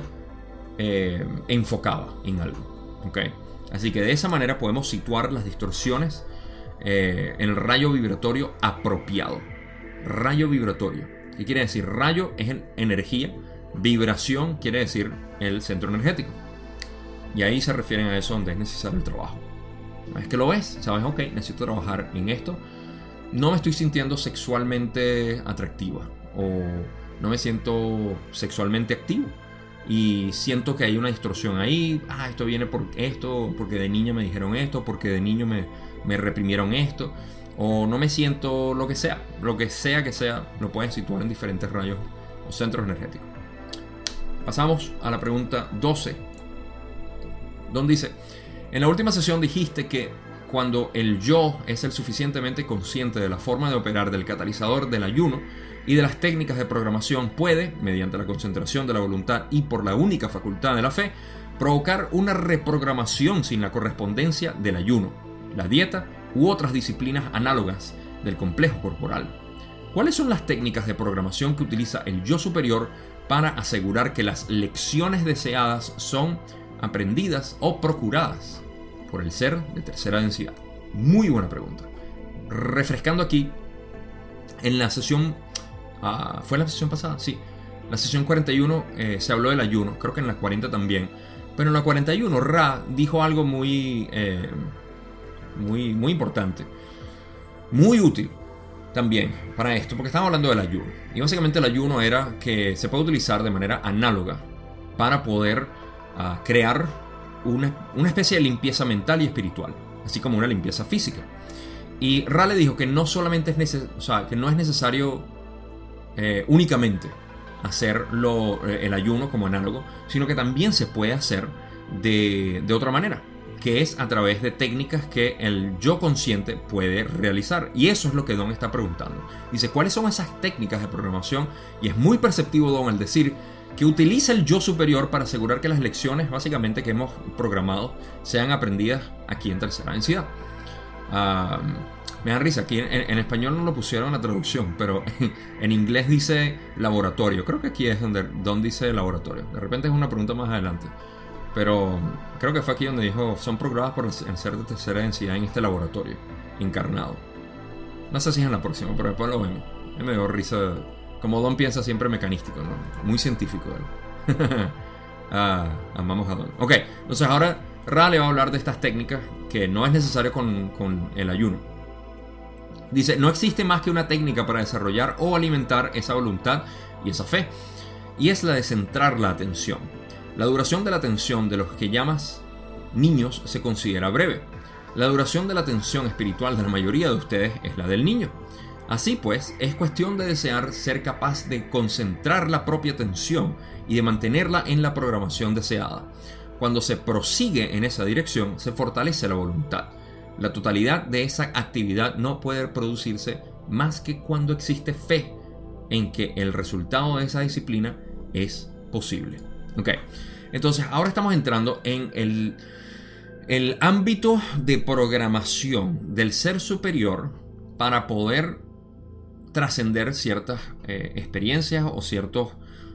enfocada en algo. Así que de esa manera podemos situar las distorsiones en el rayo vibratorio apropiado. Rayo vibratorio. ¿Qué quiere decir? Rayo es energía, vibración quiere decir el centro energético. Y ahí se refieren a eso donde es necesario el trabajo. Una vez que lo ves, sabes, necesito trabajar en esto. No me estoy sintiendo sexualmente atractiva o no me siento sexualmente activo y siento que hay una distorsión ahí. Esto viene por esto, porque de niño me dijeron esto, porque de niño me reprimieron esto, o no me siento lo que sea que sea, lo puedes situar en diferentes rayos o centros energéticos. Pasamos a la pregunta 12, donde dice: en la última sesión dijiste que cuando el yo es el suficientemente consciente de la forma de operar del catalizador del ayuno y de las técnicas de programación, puede, mediante la concentración de la voluntad y por la única facultad de la fe, provocar una reprogramación sin la correspondencia del ayuno, la dieta u otras disciplinas análogas del complejo corporal. ¿Cuáles son las técnicas de programación que utiliza el yo superior para asegurar que las lecciones deseadas son aprendidas o procuradas por el ser de tercera densidad? Muy buena pregunta. Refrescando aquí, en la sesión, ¿fue la sesión pasada? Sí, la sesión 41 se habló del ayuno, creo que en la 40 también, pero en la 41 Ra dijo algo muy importante, muy útil también para esto, porque estamos hablando del ayuno, y básicamente el ayuno era que se puede utilizar de manera análoga para poder crear una especie de limpieza mental y espiritual, así como una limpieza física. Y Ra le dijo que no solamente que no es necesario únicamente hacer el ayuno como análogo, sino que también se puede hacer de otra manera, que es a través de técnicas que el yo consciente puede realizar. Y eso es lo que Don está preguntando. Dice, ¿cuáles son esas técnicas de programación? Y es muy perceptivo Don al decir que utiliza el yo superior para asegurar que las lecciones básicamente que hemos programado sean aprendidas aquí en tercera densidad. Me dan risa, aquí en español no lo pusieron en la traducción, pero en inglés dice laboratorio. Creo que aquí es donde Don dice laboratorio. De repente es una pregunta más adelante. Pero creo que fue aquí donde dijo, son programadas por el ser de tercera densidad en este laboratorio encarnado. No sé si es en la próxima, pero después lo vemos. Me dio risa, como Don piensa siempre mecanístico, ¿no? Muy científico él. Amamos a Don. Ok, entonces ahora Ra le va a hablar de estas técnicas que no es necesario con el ayuno. Dice, no existe más que una técnica para desarrollar o alimentar esa voluntad y esa fe, y es la de centrar la atención. La duración de la atención de los que llamas niños se considera breve. La duración de la atención espiritual de la mayoría de ustedes es la del niño. Así pues, es cuestión de desear ser capaz de concentrar la propia atención y de mantenerla en la programación deseada. Cuando se prosigue en esa dirección, se fortalece la voluntad. La totalidad de esa actividad no puede producirse más que cuando existe fe en que el resultado de esa disciplina es posible. Ok, entonces ahora estamos entrando en el ámbito de programación del ser superior para poder trascender ciertas experiencias o ciertos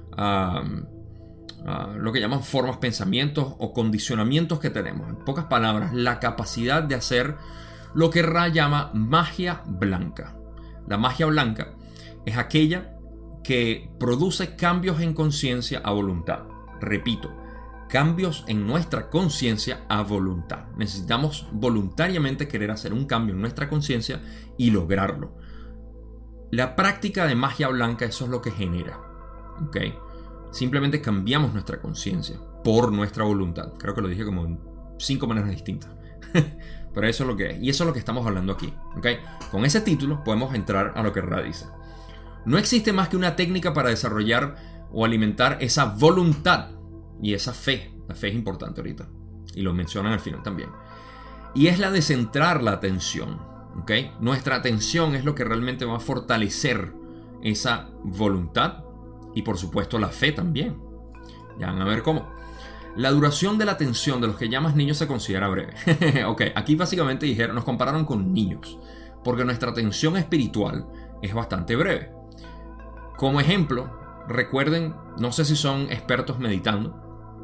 lo que llaman formas, pensamientos o condicionamientos que tenemos. En pocas palabras, la capacidad de hacer lo que Ra llama magia blanca. La magia blanca es aquella que produce cambios en conciencia a voluntad. Repito, cambios en nuestra conciencia a voluntad. Necesitamos voluntariamente querer hacer un cambio en nuestra conciencia y lograrlo. La práctica de magia blanca, eso es lo que genera. ¿Ok? Simplemente cambiamos nuestra conciencia por nuestra voluntad. Creo que lo dije como en 5 maneras distintas. Pero eso es lo que es. Y eso es lo que estamos hablando aquí. ¿Ok? Con ese título podemos entrar a lo que Ra dice. No existe más que una técnica para desarrollar o alimentar esa voluntad y esa fe. La fe es importante ahorita. Y lo mencionan al final también. Y es la de centrar la atención. ¿Ok? Nuestra atención es lo que realmente va a fortalecer esa voluntad. Y por supuesto la fe también. Ya van a ver cómo. La duración de la atención de los que llamas niños se considera breve. Ok, aquí básicamente dijeron, nos compararon con niños. Porque nuestra atención espiritual es bastante breve. Como ejemplo, recuerden, no sé si son expertos meditando.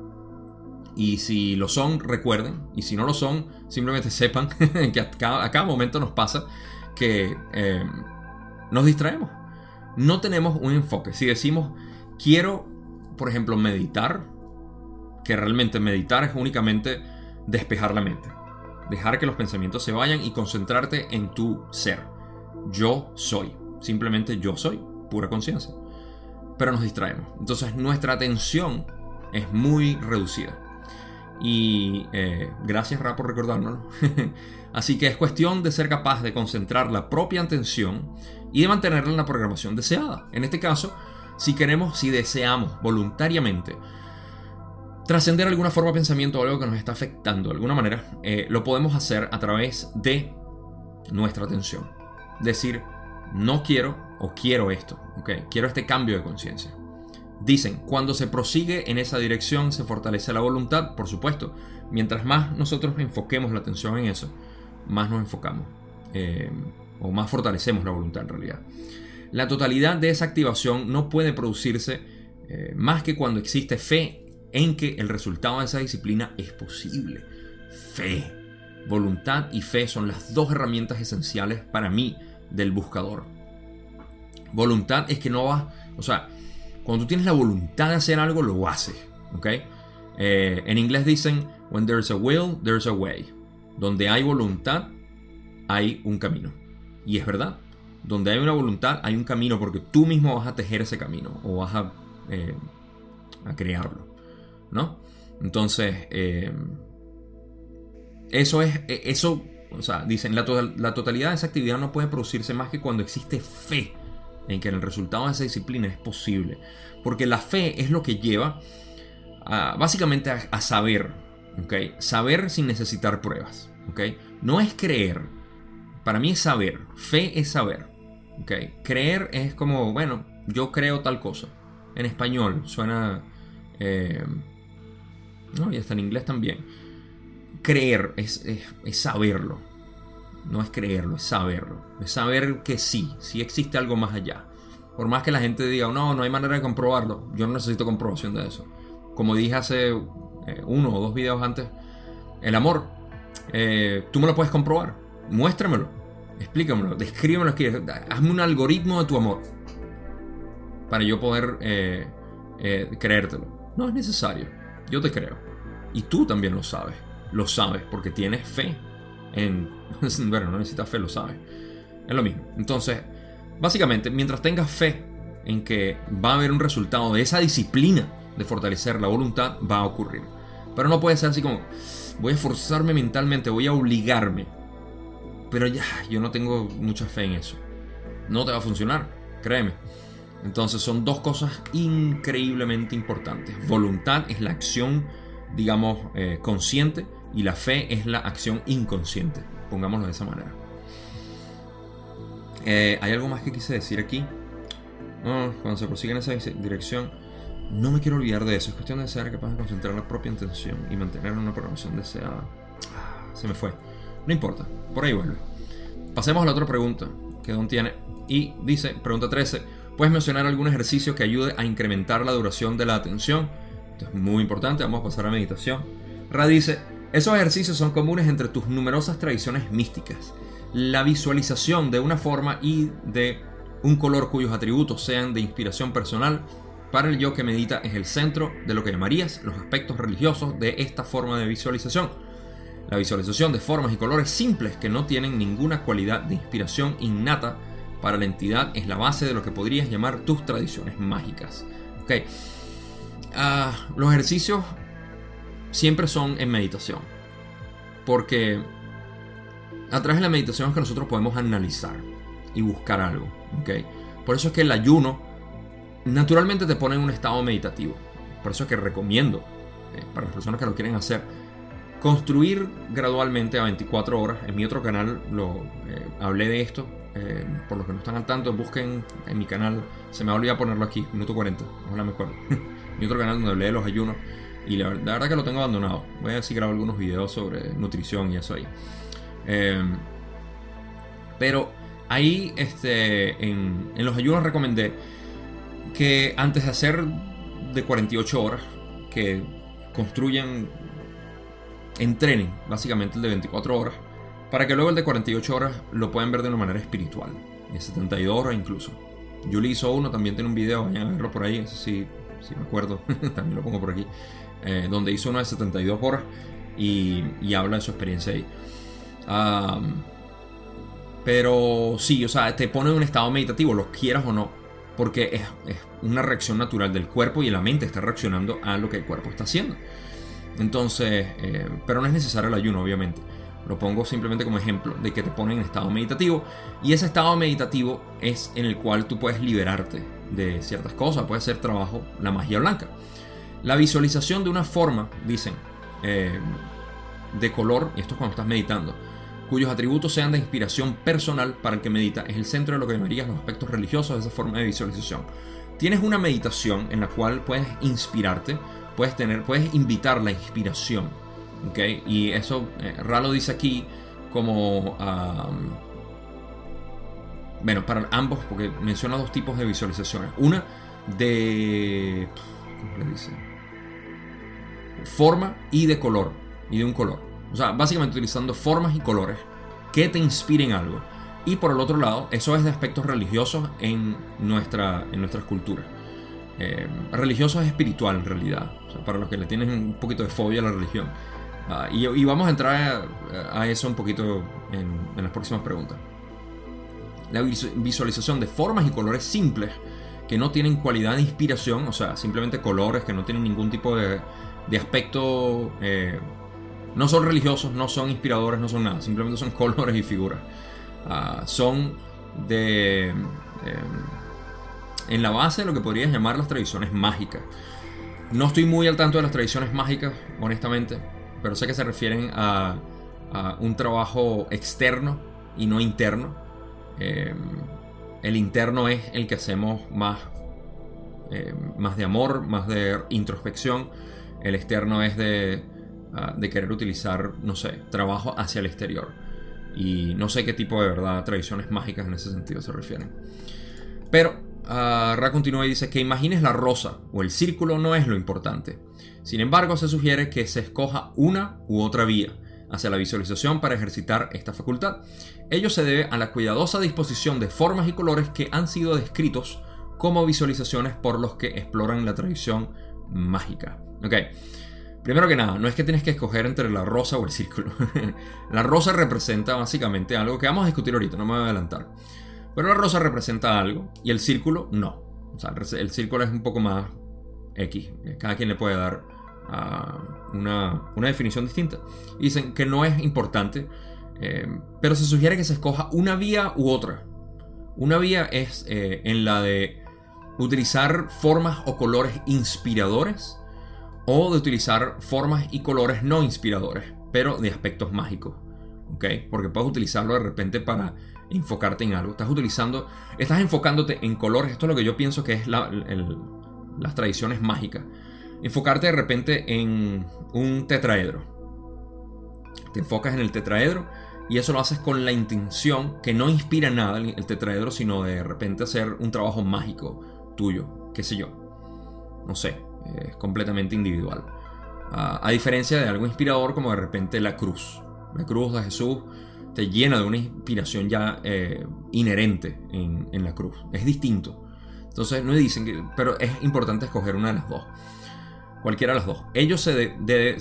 Y si lo son, recuerden. Y si no lo son, simplemente sepan que a cada momento nos pasa que nos distraemos. No tenemos un enfoque. Si decimos, quiero, por ejemplo, meditar, que realmente meditar es únicamente despejar la mente. Dejar que los pensamientos se vayan y concentrarte en tu ser. Yo soy. Simplemente yo soy. Pura conciencia. Pero nos distraemos. Entonces nuestra atención es muy reducida. Y gracias Ra por recordárnoslo. Así que es cuestión de ser capaz de concentrar la propia atención y de mantenerla en la programación deseada. En este caso, si deseamos voluntariamente trascender alguna forma de pensamiento o algo que nos está afectando de alguna manera, lo podemos hacer a través de nuestra atención. Decir, no quiero o quiero esto. ¿Okay? Quiero este cambio de conciencia. Dicen, cuando se prosigue en esa dirección se fortalece la voluntad, por supuesto. Mientras más nosotros enfoquemos la atención en eso, más nos enfocamos. O más fortalecemos la voluntad en realidad. La totalidad de esa activación no puede producirse más que cuando existe fe en que el resultado de esa disciplina es posible. Fe, voluntad y fe son las dos herramientas esenciales para mí del buscador. Voluntad es que no vas, o sea, cuando tú tienes la voluntad de hacer algo, lo haces. ¿Ok? En inglés dicen, when there's a will, there's a way. Donde hay voluntad, hay un camino. Y es verdad. Donde hay una voluntad, hay un camino, porque tú mismo vas a tejer ese camino o vas a crearlo, ¿no? Entonces, eso, o sea, dicen, la totalidad de esa actividad no puede producirse más que cuando existe fe en que el resultado de esa disciplina es posible. Porque la fe es lo que lleva básicamente a saber ¿okay? Saber sin necesitar pruebas, ¿okay? No es creer. Para mí es saber. Fe es saber, ¿okay? Creer es como, bueno, yo creo tal cosa. En español suena... no, y hasta en inglés también. Creer es saberlo. No es creerlo, es saberlo. Es saber que sí existe algo más allá. Por más que la gente diga, no hay manera de comprobarlo. Yo no necesito comprobación de eso. Como dije hace 1 o 2 videos antes, el amor, tú me lo puedes comprobar. Muéstramelo, explícamelo, descríbemelo. Hazme un algoritmo de tu amor para yo poder creértelo. No es necesario, yo te creo. Y tú también lo sabes porque tienes fe bueno, no necesitas fe, lo sabes. Es lo mismo. Entonces, básicamente, mientras tengas fe en que va a haber un resultado de esa disciplina de fortalecer la voluntad, va a ocurrir. Pero no puede ser así como, voy a esforzarme mentalmente, voy a obligarme. Pero ya, yo no tengo mucha fe en eso. No te va a funcionar, créeme. Entonces son 2 cosas increíblemente importantes. Voluntad es la acción, digamos, consciente, y la fe es la acción inconsciente. Pongámoslo de esa manera. ¿Hay algo más que quise decir aquí? Cuando se prosigue en esa dirección, no me quiero olvidar de eso. Es cuestión de ser capaz de concentrar la propia intención y mantener una programación deseada. Se me fue. No importa, por ahí vuelve. Pasemos a la otra pregunta que Don tiene. Y dice, pregunta 13: ¿puedes mencionar algún ejercicio que ayude a incrementar la duración de la atención? Esto es muy importante, vamos a pasar a meditación. Ra dice, esos ejercicios son comunes entre tus numerosas tradiciones místicas. La visualización de una forma y de un color cuyos atributos sean de inspiración personal para el yo que medita es el centro de lo que llamarías los aspectos religiosos de esta forma de visualización. La visualización de formas y colores simples que no tienen ninguna cualidad de inspiración innata para la entidad es la base de lo que podrías llamar tus tradiciones mágicas. Okay. Los ejercicios siempre son en meditación, porque a través de la meditación es que nosotros podemos analizar y buscar algo. Okay. Por eso es que el ayuno naturalmente te pone en un estado meditativo. Por eso es que recomiendo, para las personas que lo quieren hacer, construir gradualmente a 24 horas. En mi otro canal hablé de esto. Por los que no están al tanto, busquen en mi canal. Se me va a olvidar ponerlo aquí, minuto 40. Ojalá me acuerdo. Mi otro canal donde hablé de los ayunos. Y la verdad que lo tengo abandonado. Voy a ver si grabo algunos videos sobre nutrición y eso ahí. Pero ahí en los ayunos recomendé que antes de hacer de 48 horas, que entrenen básicamente el de 24 horas, para que luego el de 48 horas lo puedan ver de una manera espiritual, de 72 horas incluso. Julie hizo uno, también tiene un video, vayan a verlo por ahí, eso sí me acuerdo, también lo pongo por aquí, donde hizo uno de 72 horas y habla de su experiencia ahí. Pero sí, o sea, te pone en un estado meditativo, lo quieras o no, porque es una reacción natural del cuerpo y la mente está reaccionando a lo que el cuerpo está haciendo. Entonces, pero no es necesario el ayuno, obviamente. Lo pongo simplemente como ejemplo de que te pone en estado meditativo. Y ese estado meditativo es en el cual tú puedes liberarte de ciertas cosas. Puede ser trabajo, la magia blanca. La visualización de una forma, dicen, de color, y esto es cuando estás meditando, cuyos atributos sean de inspiración personal para el que medita, es el centro de lo que llamarías los aspectos religiosos de esa forma de visualización. Tienes una meditación en la cual puedes inspirarte, puedes invitar la inspiración, ¿okay? Y eso Ra lo dice aquí como bueno, para ambos, porque menciona 2 tipos de visualizaciones. Una de, ¿cómo le dice? Forma y de color, y de un color. O sea, básicamente utilizando formas y colores que te inspiren algo. Y por el otro lado, eso es de aspectos religiosos en nuestras culturas. Religioso es espiritual en realidad, o sea, para los que le tienen un poquito de fobia a la religión. Y vamos a entrar a eso un poquito en las próximas preguntas. La visualización de formas y colores simples que no tienen cualidad de inspiración, o sea, simplemente colores que no tienen ningún tipo de aspecto, no son religiosos, no son inspiradores, no son nada, simplemente son colores y figuras. Son en la base de lo que podrías llamar las tradiciones mágicas. No estoy muy al tanto de las tradiciones mágicas, honestamente, pero sé que se refieren a un trabajo externo y no interno. El interno es el que hacemos más de amor, más de introspección. El externo es de querer utilizar, no sé, trabajo hacia el exterior. Y no sé qué tipo de verdad tradiciones mágicas en ese sentido se refieren. Pero Ra continúa y dice que imagines la rosa o el círculo no es lo importante. Sin embargo, se sugiere que se escoja una u otra vía hacia la visualización para ejercitar esta facultad. Ello se debe a la cuidadosa disposición de formas y colores que han sido descritos como visualizaciones por los que exploran la tradición mágica. Ok, primero que nada, no es que tienes que escoger entre la rosa o el círculo. La rosa representa básicamente algo que vamos a discutir ahorita, no me voy a adelantar. Pero la rosa representa algo y el círculo no. O sea, el círculo es un poco más X. Cada quien le puede dar una definición distinta. Dicen que no es importante, pero se sugiere que se escoja una vía u otra. Una vía es en la de utilizar formas o colores inspiradores, o de utilizar formas y colores no inspiradores, pero de aspectos mágicos. ¿Okay? Porque puedes utilizarlo de repente para enfocarte en algo. Estás enfocándote en colores. Esto es lo que yo pienso que es las tradiciones mágicas. Enfocarte de repente en un tetraedro. Te enfocas en el tetraedro y eso lo haces con la intención que no inspira nada el tetraedro, sino de repente hacer un trabajo mágico tuyo, qué sé yo. No sé, es completamente individual. A diferencia de algo inspirador como de repente la cruz. La cruz de Jesús te llena de una inspiración ya inherente en la cruz. Es distinto. Entonces no dicen que, pero es importante escoger una de las dos. Cualquiera de las dos. Ello se debe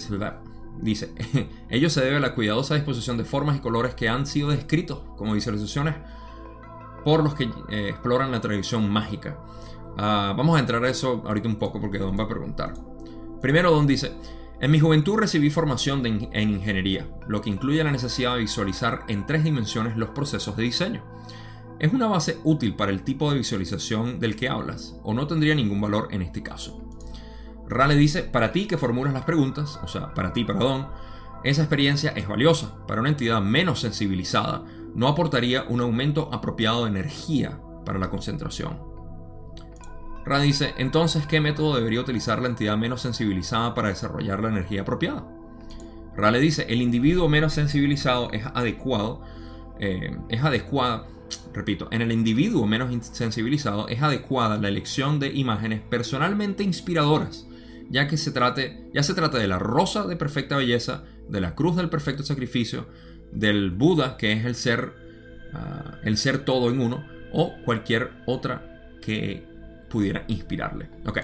a la cuidadosa disposición de formas y colores que han sido descritos como visualizaciones por los que exploran la tradición mágica. Vamos a entrar a eso ahorita un poco porque Don va a preguntar. Primero Don dice: en mi juventud recibí formación en ingeniería, lo que incluye la necesidad de visualizar en 3 dimensiones los procesos de diseño. ¿Es una base útil para el tipo de visualización del que hablas, o no tendría ningún valor en este caso? Ra le dice: para ti que formulas las preguntas, o sea, para ti, para Don, esa experiencia es valiosa. Para una entidad menos sensibilizada, no aportaría un aumento apropiado de energía para la concentración. Ra dice: entonces, ¿qué método debería utilizar la entidad menos sensibilizada para desarrollar la energía apropiada? Ra le dice: el individuo menos sensibilizado en el individuo menos sensibilizado es adecuada la elección de imágenes personalmente inspiradoras, ya se trata de la rosa de perfecta belleza, de la cruz del perfecto sacrificio, del Buda, que es el ser todo en uno, o cualquier otra que pudiera inspirarle. Ok.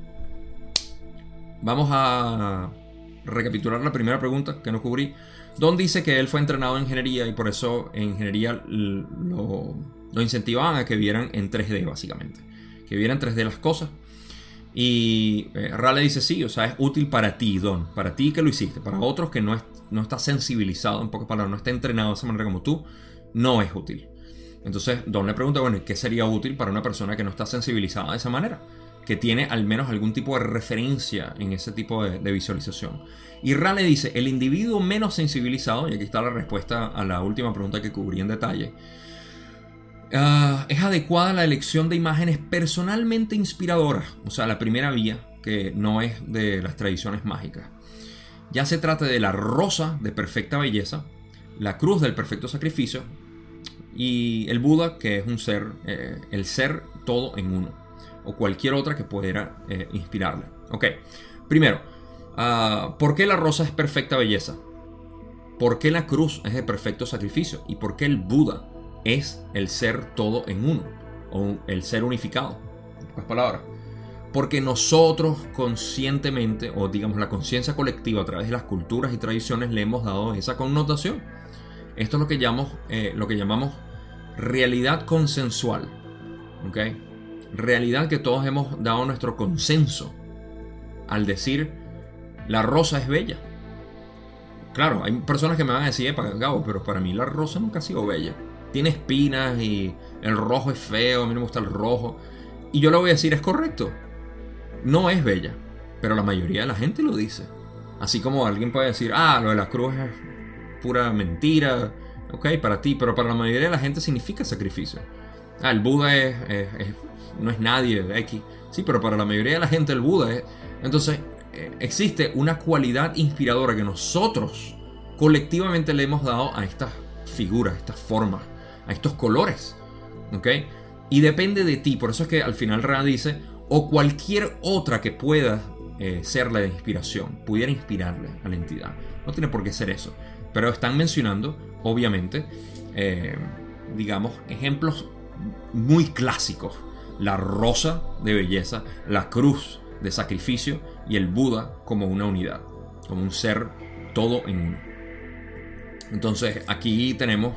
Vamos a recapitular la primera pregunta que no cubrí. Don dice que él fue entrenado en ingeniería y por eso en ingeniería lo incentivaban a que vieran en 3D, básicamente. Que vieran 3D las cosas. Y Ra le dice: sí, o sea, es útil para ti, Don. Para ti que lo hiciste. Para otros que no está sensibilizado, en pocas palabras, no está entrenado de esa manera como tú, no es útil. Entonces Don le pregunta: bueno, ¿qué sería útil para una persona que no está sensibilizada de esa manera? Que tiene al menos algún tipo de referencia en ese tipo de visualización. Y Ra le dice: el individuo menos sensibilizado, y aquí está la respuesta a la última pregunta que cubrí en detalle, es adecuada la elección de imágenes personalmente inspiradoras, o sea, la primera vía, que no es de las tradiciones mágicas. Ya se trata de la rosa de perfecta belleza, la cruz del perfecto sacrificio y el Buda, que es un ser, el ser todo en uno, o cualquier otra que pudiera inspirarle. Ok, primero, ¿por qué la rosa es perfecta belleza? ¿Por qué la cruz es de perfecto sacrificio? ¿Y por qué el Buda es el ser todo en uno, o el ser unificado? En pocas palabras, porque nosotros conscientemente, o digamos la conciencia colectiva a través de las culturas y tradiciones, le hemos dado esa connotación. Esto es lo que llamamos realidad consensual. ¿Ok? Realidad que todos hemos dado nuestro consenso al decir la rosa es bella. Claro, hay personas que me van a decir: Gabo, pero para mí la rosa nunca ha sido bella. Tiene espinas y el rojo es feo, a mí no me gusta el rojo. Y yo le voy a decir: es correcto, no es bella, pero la mayoría de la gente lo dice. Así como alguien puede decir, lo de la cruz es pura mentira, ok, para ti, pero para la mayoría de la gente significa sacrificio. El Buda no es nadie, X. Sí, pero para la mayoría de la gente el Buda es. Entonces, existe una cualidad inspiradora que nosotros colectivamente le hemos dado a estas figuras, a estas formas, a estos colores, ok. Y depende de ti, por eso es que al final Ra dice, o cualquier otra que pueda serle de inspiración, pudiera inspirarle a la entidad. No tiene por qué ser eso. Pero están mencionando, obviamente, digamos, ejemplos muy clásicos. La rosa de belleza, la cruz de sacrificio y el Buda como una unidad, como un ser todo en uno. Entonces aquí tenemos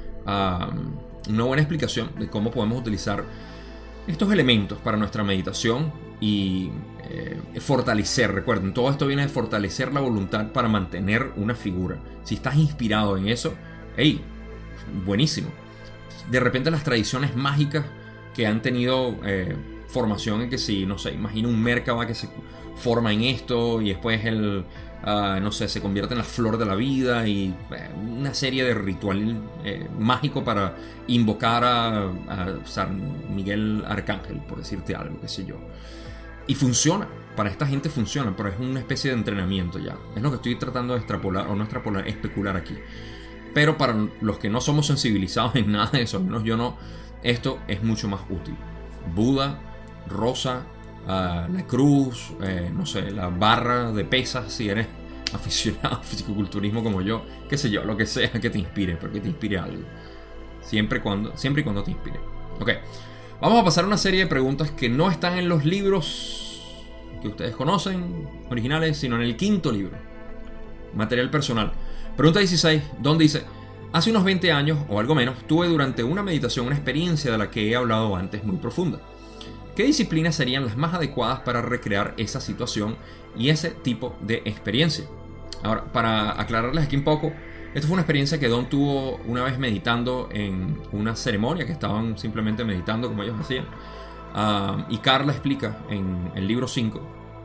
una buena explicación de cómo podemos utilizar estos elementos para nuestra meditación y fortalecer. Recuerden, todo esto viene de fortalecer la voluntad para mantener una figura. Si estás inspirado en eso, hey, buenísimo. De repente las tradiciones mágicas que han tenido formación en que si, no sé, imagina un Merkaba que se forma en esto y después no sé, se convierte en la flor de la vida y una serie de ritual mágico para invocar a San Miguel Arcángel, por decirte algo, qué sé yo. Y funciona, para esta gente funciona, pero es una especie de entrenamiento ya. Es lo que estoy tratando de extrapolar, o no extrapolar, especular aquí. Pero para los que no somos sensibilizados en nada de eso, al menos yo no, esto es mucho más útil. Buda, rosa, la cruz, no sé, la barra de pesas, si eres aficionado al fisicoculturismo como yo, qué sé yo, lo que sea que te inspire, pero que te inspire algo. Siempre y cuando te inspire. Ok, vamos a pasar a una serie de preguntas que no están en los libros que ustedes conocen, originales, sino en el quinto libro, material personal. Pregunta 16, Don dice: hace unos 20 años o algo menos, tuve durante una meditación una experiencia de la que he hablado antes muy profunda. ¿Qué disciplinas serían las más adecuadas para recrear esa situación y ese tipo de experiencia? Ahora, para aclararles aquí un poco, esto fue una experiencia que Don tuvo una vez meditando en una ceremonia, que estaban simplemente meditando como ellos hacían. Y Carla explica en el libro 5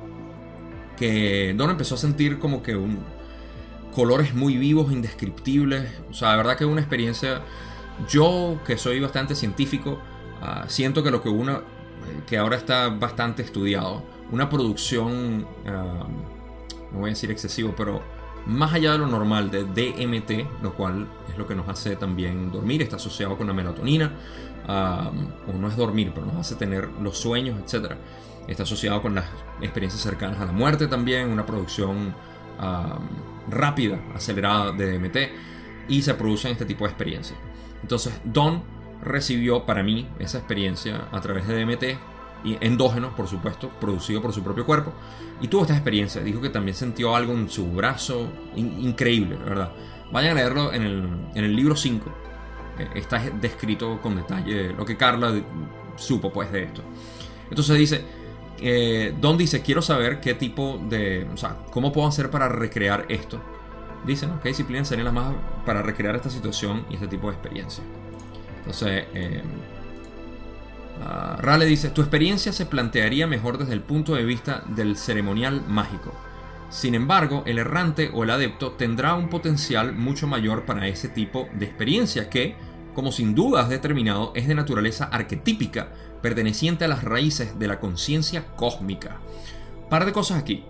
que Don empezó a sentir como que colores muy vivos, indescriptibles. O sea, la verdad que es una experiencia. Yo, que soy bastante científico, siento que lo que que ahora está bastante estudiado, una producción, no voy a decir excesivo, pero más allá de lo normal de DMT, lo cual es lo que nos hace también dormir, está asociado con la melatonina, o no es dormir, pero nos hace tener los sueños, etc. Está asociado con las experiencias cercanas a la muerte también, una producción rápida, acelerada de DMT, y se producen este tipo de experiencias. Entonces Don recibió, para mí, esa experiencia a través de DMT, y endógeno, por supuesto, producido por su propio cuerpo, y tuvo esta experiencia. Dijo que también sintió algo en su brazo increíble, la verdad. Vayan a leerlo en el libro 5. Está descrito con detalle lo que Carla supo pues de esto. Entonces dice, Don dice: quiero saber qué tipo de, o sea, cómo puedo hacer para recrear esto. Dice, ¿no?, qué disciplinas serían las más para recrear esta situación y este tipo de experiencia. Entonces Rale dice: tu experiencia se plantearía mejor desde el punto de vista del ceremonial mágico. Sin embargo, el errante o el adepto tendrá un potencial mucho mayor para ese tipo de experiencia que, como sin duda has determinado, es de naturaleza arquetípica, perteneciente a las raíces de la conciencia cósmica. Par de cosas aquí.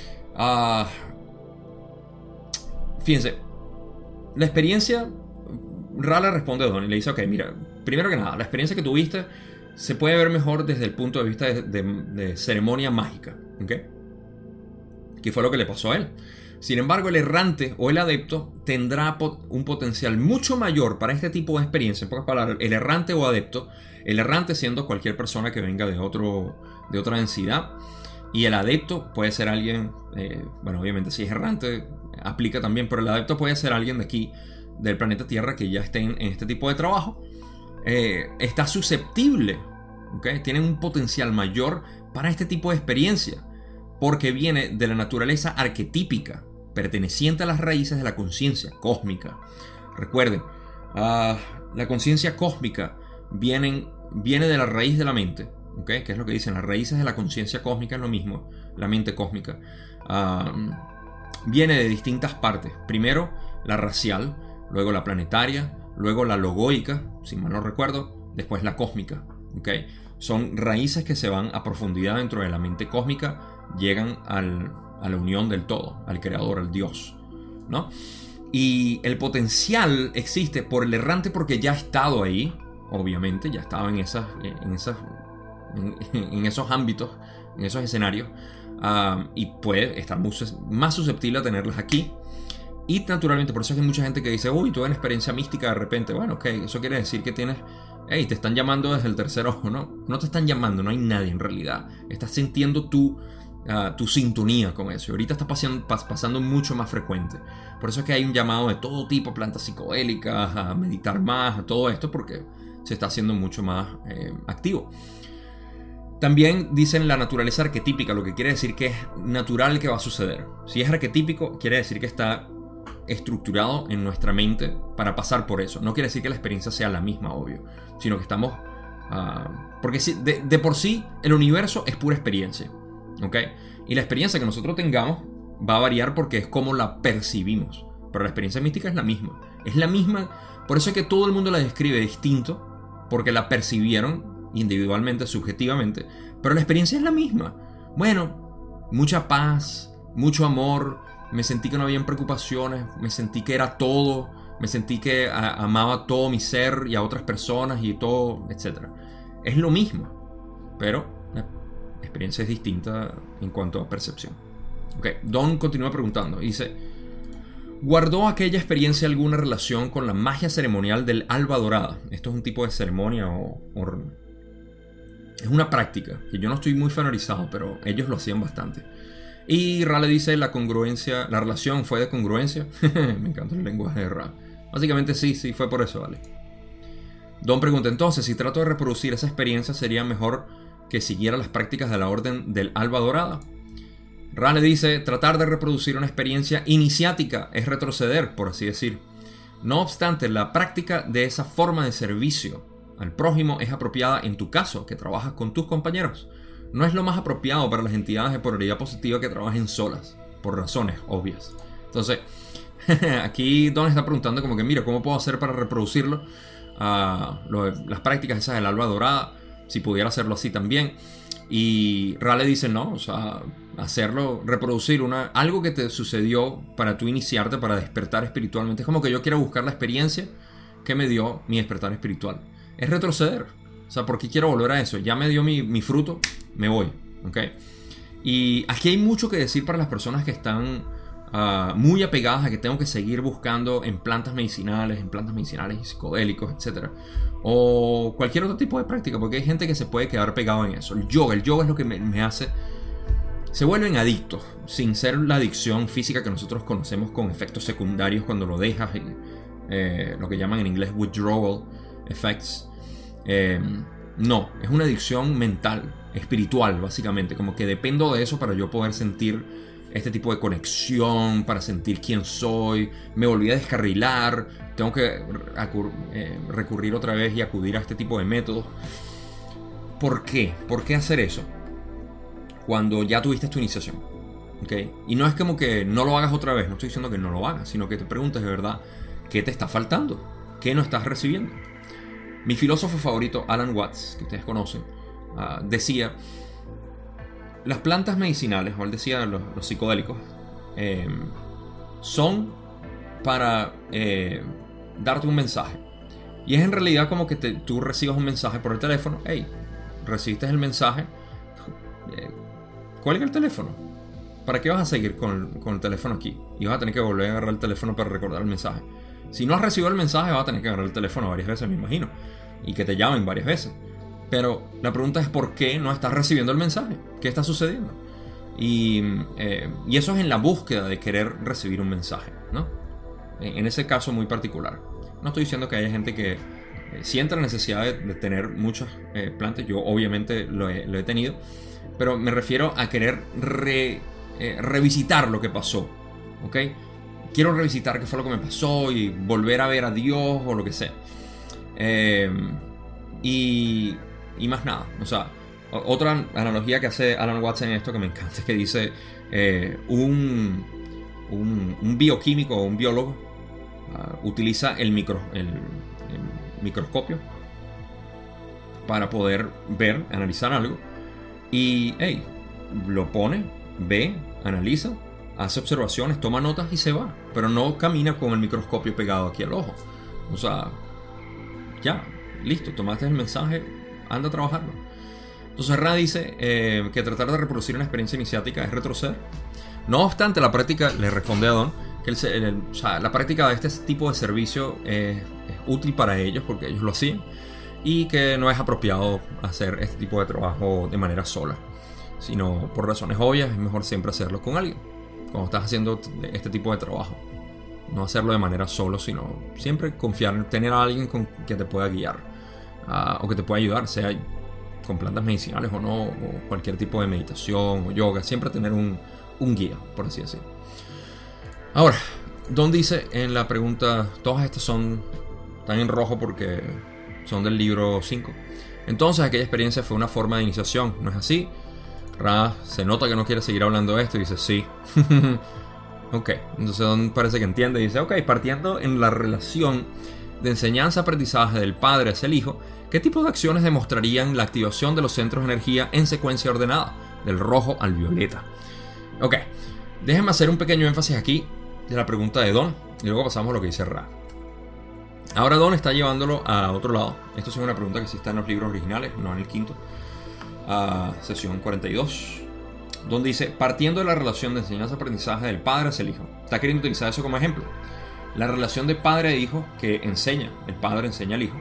Fíjense, la experiencia, Rale responde a Don y le dice: ok, mira, primero que nada, la experiencia que tuviste se puede ver mejor desde el punto de vista de ceremonia mágica, ¿ok? ¿Qué fue lo que le pasó a él? Sin embargo, el errante o el adepto tendrá un potencial mucho mayor para este tipo de experiencia. En pocas palabras, el errante o adepto, el errante siendo cualquier persona que venga de otra densidad, y el adepto puede ser alguien, bueno, obviamente si es errante aplica también, pero el adepto puede ser alguien de aquí, del planeta Tierra, que ya esté en este tipo de trabajo. Está susceptible, ¿okay? Tiene un potencial mayor para este tipo de experiencia, porque viene de la naturaleza arquetípica, perteneciente a las raíces de la conciencia cósmica. Recuerden, la conciencia cósmica viene de la raíz de la mente, ¿okay? Que es lo que dicen, las raíces de la conciencia cósmica es lo mismo, la mente cósmica. viene de distintas partes. Primero la racial, luego la planetaria, luego la logoica, si mal no recuerdo, después la cósmica. ¿Okay? Son raíces que se van a profundidad dentro de la mente cósmica, llegan a la unión del todo, al creador, al Dios, ¿no? Y el potencial existe por el errante porque ya ha estado ahí, obviamente, ya estaba en esos ámbitos, en esos escenarios, y puede estar más susceptible a tenerlas aquí. Y naturalmente, por eso es que hay mucha gente que dice, uy, tuve una experiencia mística de repente. Bueno, ok, eso quiere decir que tienes, hey, te están llamando desde el tercer ojo, ¿no? No te están llamando, no hay nadie en realidad. Estás sintiendo tu sintonía con eso. Y ahorita está pasando mucho más frecuente. Por eso es que hay un llamado de todo tipo, plantas psicodélicas, a meditar más, a todo esto, porque se está haciendo mucho más activo. También dicen la naturaleza arquetípica, lo que quiere decir que es natural que va a suceder. Si es arquetípico, quiere decir que está estructurado en nuestra mente para pasar por eso. No quiere decir que la experiencia sea la misma, obvio, sino que estamos... porque de por sí el universo es pura experiencia, ¿ok? Y la experiencia que nosotros tengamos va a variar porque es como la percibimos. Pero la experiencia mística es la misma. Es la misma, por eso es que todo el mundo la describe distinto, porque la percibieron individualmente, subjetivamente, pero la experiencia es la misma. Bueno, mucha paz, mucho amor, me sentí que no había preocupaciones, me sentí que era todo, me sentí que amaba todo mi ser y a otras personas y todo, etc. Es lo mismo, pero la experiencia es distinta en cuanto a percepción. Okay. Don continúa preguntando, dice, ¿guardó aquella experiencia alguna relación con la magia ceremonial del alba dorada? Esto es un tipo de ceremonia o es una práctica que yo no estoy muy familiarizado, pero ellos lo hacían bastante. Y Ra le dice la relación fue de congruencia. Me encanta el lenguaje de Ra. Básicamente sí, fue por eso, vale. Don pregunta entonces, si trato de reproducir esa experiencia, ¿sería mejor que siguiera las prácticas de la orden del alba dorada? Ra le dice, tratar de reproducir una experiencia iniciática es retroceder, por así decir. No obstante, la práctica de esa forma de servicio al prójimo es apropiada en tu caso, que trabajas con tus compañeros. No es lo más apropiado para las entidades de polaridad positiva que trabajen solas, por razones obvias. Entonces, aquí Don está preguntando como que, mira, ¿cómo puedo hacer para reproducirlo? Las prácticas esas del alba dorada, si pudiera hacerlo así también. Y Ra le dice, no, o sea, hacerlo, reproducir algo que te sucedió para tú iniciarte, para despertar espiritualmente. Es como que yo quiero buscar la experiencia que me dio mi despertar espiritual. Es retroceder. O sea, ¿por qué quiero volver a eso? Ya me dio mi fruto, me voy. ¿Ok? Y aquí hay mucho que decir para las personas que están muy apegadas a que tengo que seguir buscando en plantas medicinales y psicodélicos, etc. O cualquier otro tipo de práctica, porque hay gente que se puede quedar pegado en eso. El yoga es lo que me hace... Se vuelven adictos, sin ser la adicción física que nosotros conocemos con efectos secundarios cuando lo dejas, lo que llaman en inglés withdrawal effects. No, es una adicción mental, espiritual básicamente, como que dependo de eso para yo poder sentir este tipo de conexión, para sentir quién soy, me volví a descarrilar, tengo que recurrir otra vez y acudir a este tipo de métodos. ¿Por qué? ¿Por qué hacer eso? Cuando ya tuviste tu iniciación, ¿okay? Y no es como que no lo hagas otra vez, no estoy diciendo que no lo hagas, sino que te preguntes de verdad qué te está faltando, qué no estás recibiendo. Mi filósofo favorito, Alan Watts, que ustedes conocen, decía, las plantas medicinales, o él decía los psicodélicos, son para darte un mensaje. Y es en realidad como que tú recibas un mensaje por el teléfono. Hey, recibiste el mensaje, cuelga el teléfono. ¿Para qué vas a seguir con el teléfono aquí? Y vas a tener que volver a agarrar el teléfono para recordar el mensaje. Si no has recibido el mensaje, vas a tener que agarrar el teléfono varias veces, me imagino. Y que te llamen varias veces. Pero la pregunta es ¿por qué no estás recibiendo el mensaje? ¿Qué está sucediendo? Y eso es en la búsqueda de querer recibir un mensaje, ¿no? En ese caso muy particular. No estoy diciendo que haya gente que sienta la necesidad de tener muchas plantas. Yo obviamente lo he tenido. Pero me refiero a querer revisitar lo que pasó, ¿ok? Quiero revisitar qué fue lo que me pasó y volver a ver a Dios o lo que sea. Y más nada. O sea, otra analogía que hace Alan Watts en esto que me encanta es que dice un bioquímico o un biólogo utiliza el microscopio para poder ver, analizar algo. Y lo pone, ve, analiza, hace observaciones, toma notas y se va. Pero no camina con el microscopio pegado aquí al ojo. O sea, ya, listo, tomaste el mensaje, anda a trabajarlo. Entonces Ra dice que tratar de reproducir una experiencia iniciática es retroceder. No obstante, la práctica, le responde a Don, que la práctica de este tipo de servicio es útil para ellos porque ellos lo hacían, y que no es apropiado hacer este tipo de trabajo de manera sola, sino por razones obvias es mejor siempre hacerlo con alguien cuando estás haciendo este tipo de trabajo. No hacerlo de manera solo, sino siempre confiar en tener a alguien que te pueda guiar o que te pueda ayudar, sea con plantas medicinales o no, o cualquier tipo de meditación o yoga. Siempre tener un guía, por así decirlo. Ahora, Don dice en la pregunta, todas estas están en rojo porque son del libro 5. Entonces aquella experiencia fue una forma de iniciación, ¿no es así? Ra se nota que no quiere seguir hablando de esto y dice sí. Ok, entonces Don parece que entiende y dice, ok, partiendo en la relación de enseñanza-aprendizaje del padre hacia el hijo, ¿qué tipo de acciones demostrarían la activación de los centros de energía en secuencia ordenada, del rojo al violeta? Ok, déjenme hacer un pequeño énfasis aquí de la pregunta de Don y luego pasamos a lo que dice Ra. Ahora Don está llevándolo a otro lado. Esto es una pregunta que sí está en los libros originales, no en el quinto. Sesión 42. Don dice, partiendo de la relación de enseñanza-aprendizaje del padre hacia el hijo. Está queriendo utilizar eso como ejemplo. La relación de padre e hijo que enseña, el padre enseña al hijo.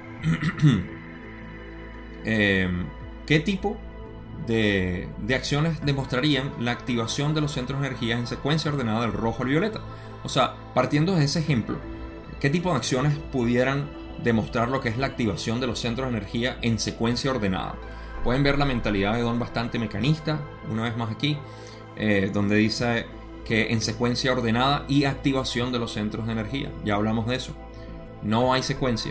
¿Qué tipo de acciones demostrarían la activación de los centros de energía en secuencia ordenada del rojo al violeta? O sea, partiendo de ese ejemplo, ¿qué tipo de acciones pudieran demostrar lo que es la activación de los centros de energía en secuencia ordenada? Pueden ver la mentalidad de Don bastante mecanista, una vez más aquí, donde dice que en secuencia ordenada y activación de los centros de energía. Ya hablamos de eso. No hay secuencia.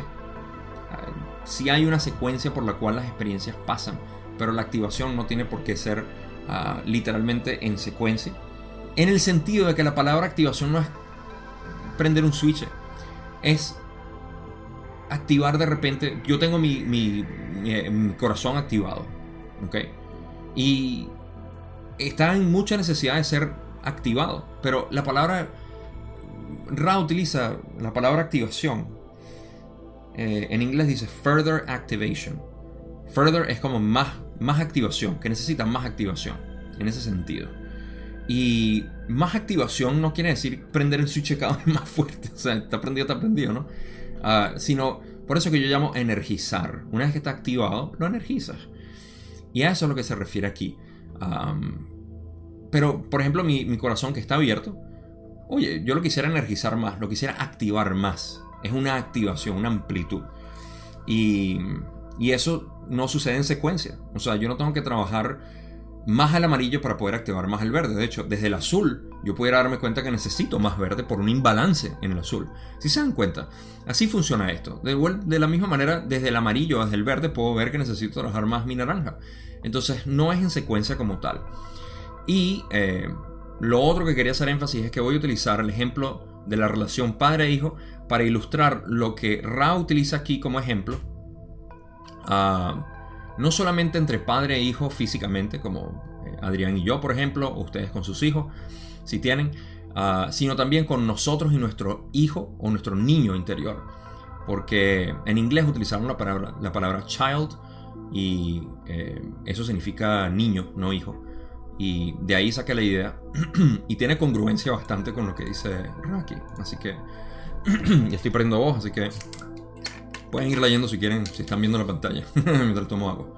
Sí hay una secuencia por la cual las experiencias pasan, pero la activación no tiene por qué ser literalmente en secuencia. En el sentido de que la palabra activación no es prender un switch, es activar de repente. Yo tengo mi corazón activado, ¿ok? Y está en mucha necesidad de ser activado, pero la palabra Ra utiliza la palabra activación. En inglés dice further activation. Further es como más activación, que necesita más activación en ese sentido. Y más activación no quiere decir prender el switch cada vez más fuerte. O sea, está prendido, ¿no? Sino, por eso que yo llamo energizar. Una vez que está activado, lo energizas. Y a eso es lo que se refiere aquí. Pero, por ejemplo, mi corazón que está abierto, oye, yo lo quisiera energizar más, lo quisiera activar más. Es una activación, una amplitud. Y eso no sucede en secuencia. O sea, yo no tengo que trabajar más al amarillo para poder activar más el verde. De hecho, desde el azul yo pudiera darme cuenta que necesito más verde por un imbalance en el azul. Si se dan cuenta, así funciona esto. De la misma manera, desde el amarillo, desde el verde, puedo ver que necesito trabajar más mi naranja. Entonces, no es en secuencia como tal. Y lo otro que quería hacer énfasis es que voy a utilizar el ejemplo de la relación padre-hijo para ilustrar lo que Ra utiliza aquí como ejemplo. No solamente entre padre e hijo físicamente, como Adrián y yo, por ejemplo, o ustedes con sus hijos, si tienen, sino también con nosotros y nuestro hijo o nuestro niño interior. Porque en inglés utilizaron la palabra child y eso significa niño, no hijo. Y de ahí saqué la idea y tiene congruencia bastante con lo que dice Raki. Así que ya estoy perdiendo voz, así que pueden ir leyendo si quieren, si están viendo la pantalla mientras tomo agua.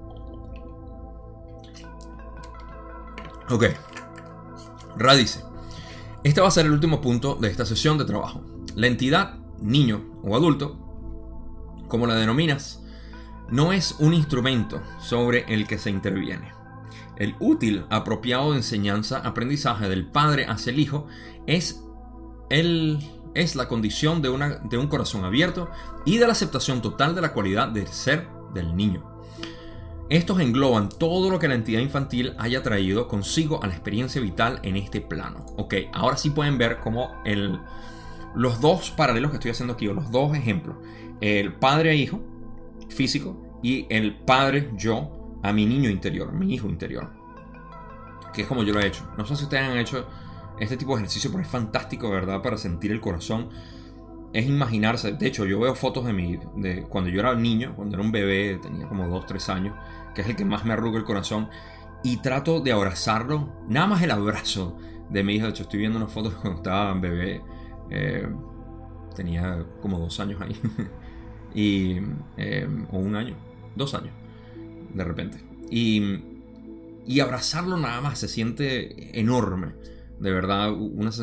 Ok. Ra dice, este va a ser el último punto de esta sesión de trabajo. La entidad, niño o adulto, como la denominas, no es un instrumento sobre el que se interviene. El útil apropiado de enseñanza-aprendizaje del padre hacia el hijo es la condición de un corazón abierto y de la aceptación total de la cualidad del ser del niño. Estos engloban todo lo que la entidad infantil haya traído consigo a la experiencia vital en este plano. Ok, ahora sí pueden ver cómo los dos paralelos que estoy haciendo aquí, o los dos ejemplos, el padre a hijo físico y el padre yo a mi niño interior, mi hijo interior, que es como yo lo he hecho. No sé si ustedes han hecho este tipo de ejercicio, pero es fantástico, ¿verdad? Para sentir el corazón. Es imaginarse. De hecho, yo veo fotos de cuando yo era niño, cuando era un bebé, tenía como 2, 3 años, que es el que más me arruga el corazón, y trato de abrazarlo. Nada más el abrazo de mi hija. De hecho, estoy viendo unas fotos cuando estaba bebé. Tenía como 2 años ahí. O 1 año, 2 años, de repente. Y abrazarlo nada más se siente enorme. De verdad,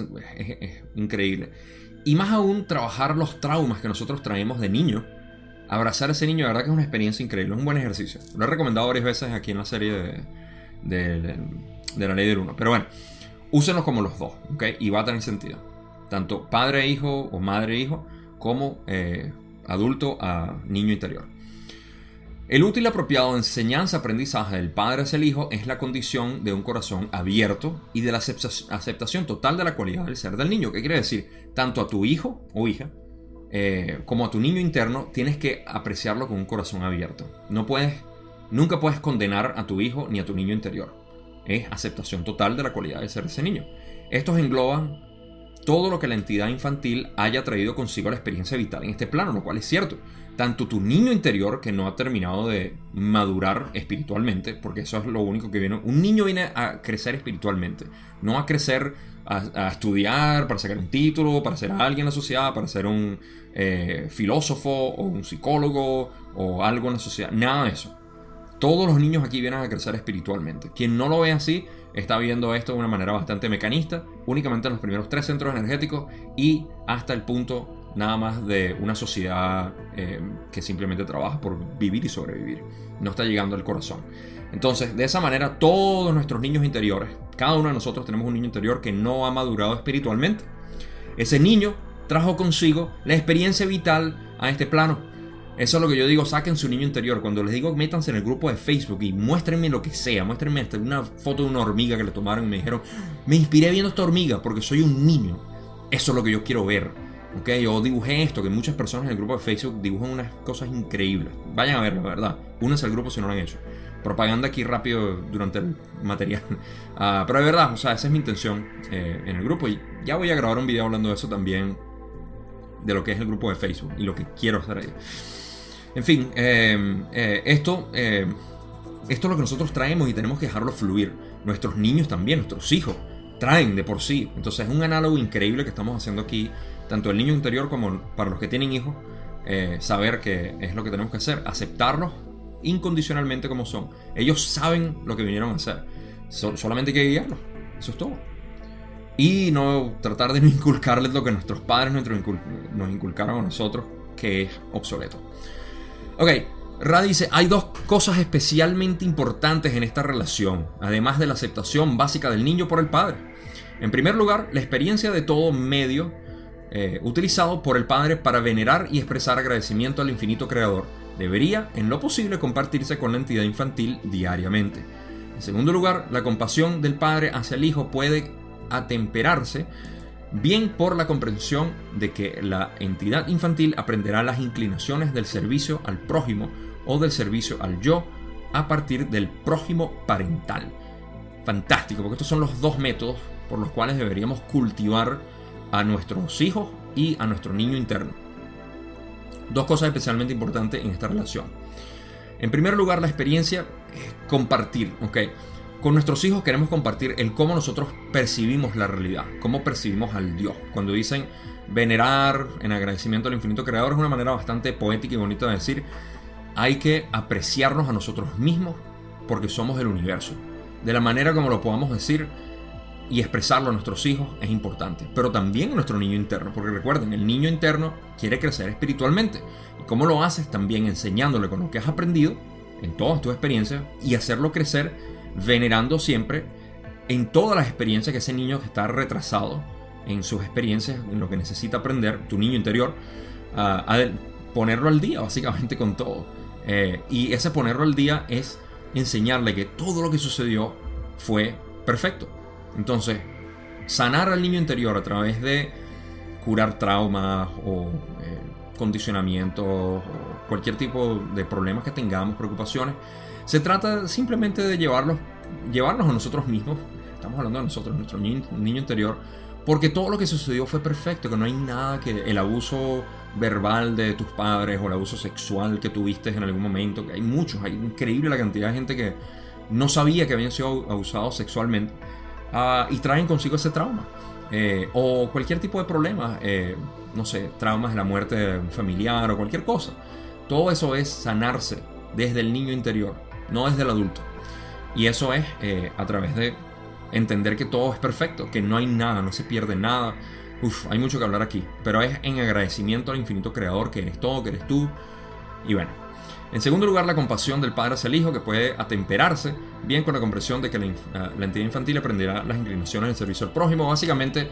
es increíble. Y más aún, trabajar los traumas que nosotros traemos de niño. Abrazar a ese niño, de verdad que es una experiencia increíble. Es un buen ejercicio. Lo he recomendado varias veces aquí en la serie de la ley del 1. Pero bueno, úsenlos como los dos, ¿ok? Y va a tener sentido. Tanto padre e hijo o madre e hijo, como adulto a niño interior. El útil apropiado de enseñanza-aprendizaje del padre hacia el hijo es la condición de un corazón abierto y de la aceptación total de la cualidad del ser del niño. ¿Qué quiere decir? Tanto a tu hijo o hija como a tu niño interno tienes que apreciarlo con un corazón abierto. Nunca puedes condenar a tu hijo ni a tu niño interior. Es aceptación total de la cualidad del ser de ese niño. Estos engloban todo lo que la entidad infantil haya traído consigo a la experiencia vital en este plano, lo cual es cierto. Tanto tu niño interior, que no ha terminado de madurar espiritualmente, porque eso es lo único que viene. Un niño viene a crecer espiritualmente, no a crecer, a estudiar, para sacar un título, para ser alguien en la sociedad, para ser un filósofo o un psicólogo o algo en la sociedad. Nada de eso. Todos los niños aquí vienen a crecer espiritualmente. Quien no lo ve así está viendo esto de una manera bastante mecanista, únicamente en los primeros 3 centros energéticos y hasta el punto nada más de una sociedad que simplemente trabaja por vivir y sobrevivir. No está llegando al corazón. Entonces, de esa manera, todos nuestros niños interiores, cada uno de nosotros tenemos un niño interior que no ha madurado espiritualmente. Ese niño trajo consigo la experiencia vital a este plano. Eso es lo que yo digo, saquen su niño interior. Cuando les digo métanse en el grupo de Facebook y muéstrenme lo que sea, muéstrenme hasta una foto de una hormiga que le tomaron y me dijeron, me inspiré viendo esta hormiga porque soy un niño. Eso es lo que yo quiero ver. ¿Okay? Yo dibujé esto, que muchas personas en el grupo de Facebook dibujan unas cosas increíbles. Vayan a verlo, la verdad. Únanse al grupo si no lo han hecho. Propaganda aquí rápido durante el material. Pero de verdad, o sea, esa es mi intención en el grupo. Y ya voy a grabar un video hablando de eso también, de lo que es el grupo de Facebook y lo que quiero hacer ahí. En fin, esto es lo que nosotros traemos y tenemos que dejarlo fluir. Nuestros niños también, nuestros hijos, traen de por sí. Entonces es un análogo increíble que estamos haciendo aquí, tanto el niño interior como para los que tienen hijos. Saber que es lo que tenemos que hacer, aceptarlos incondicionalmente como son. Ellos saben lo que vinieron a hacer, solamente hay que guiarlos. Eso es todo. Y no tratar de no inculcarles lo que nuestros padres nos inculcaron a nosotros, que es obsoleto. Ok, Ra dice, hay 2 cosas especialmente importantes en esta relación, además de la aceptación básica del niño por el padre. En primer lugar, la experiencia de todo medio utilizado por el padre para venerar y expresar agradecimiento al infinito creador debería, en lo posible, compartirse con la entidad infantil diariamente. En segundo lugar, la compasión del padre hacia el hijo puede atemperarse bien por la comprensión de que la entidad infantil aprenderá las inclinaciones del servicio al prójimo o del servicio al yo a partir del prójimo parental. Fantástico, porque estos son los 2 métodos por los cuales deberíamos cultivar a nuestros hijos y a nuestro niño interno. 2 cosas especialmente importantes en esta relación. En primer lugar, la experiencia es compartir, ¿ok? Con nuestros hijos queremos compartir el cómo nosotros percibimos la realidad, cómo percibimos al Dios. Cuando dicen venerar en agradecimiento al infinito creador, es una manera bastante poética y bonita de decir, hay que apreciarnos a nosotros mismos porque somos el universo. De la manera como lo podamos decir y expresarlo a nuestros hijos es importante, pero también a nuestro niño interno, porque recuerden, el niño interno quiere crecer espiritualmente. ¿Y cómo lo haces? También enseñándole con lo que has aprendido en todas tus experiencias y hacerlo crecer venerando siempre en todas las experiencias que ese niño que está retrasado en sus experiencias, en lo que necesita aprender, tu niño interior, a ponerlo al día básicamente con todo. Y ese ponerlo al día es enseñarle que todo lo que sucedió fue perfecto. Entonces, sanar al niño interior a través de curar traumas o condicionamientos o cualquier tipo de problemas que tengamos, preocupaciones, se trata simplemente de llevarnos a nosotros mismos. Estamos hablando de nosotros, nuestro niño interior, porque todo lo que sucedió fue perfecto, que no hay nada que el abuso verbal de tus padres o el abuso sexual que tuviste en algún momento, que hay muchos, hay increíble la cantidad de gente que no sabía que habían sido abusados sexualmente y traen consigo ese trauma. O cualquier tipo de problema, no sé, traumas de la muerte de un familiar o cualquier cosa. Todo eso es sanarse desde el niño interior, no desde el adulto. Y eso es a través de entender que todo es perfecto, que no hay nada, no se pierde nada. Hay mucho que hablar aquí, pero es en agradecimiento al infinito creador, que eres todo, que eres tú. Y bueno, en segundo lugar, la compasión del padre hacia el hijo, que puede atemperarse bien con la comprensión de que la entidad infantil aprenderá las inclinaciones del servicio al prójimo. Básicamente,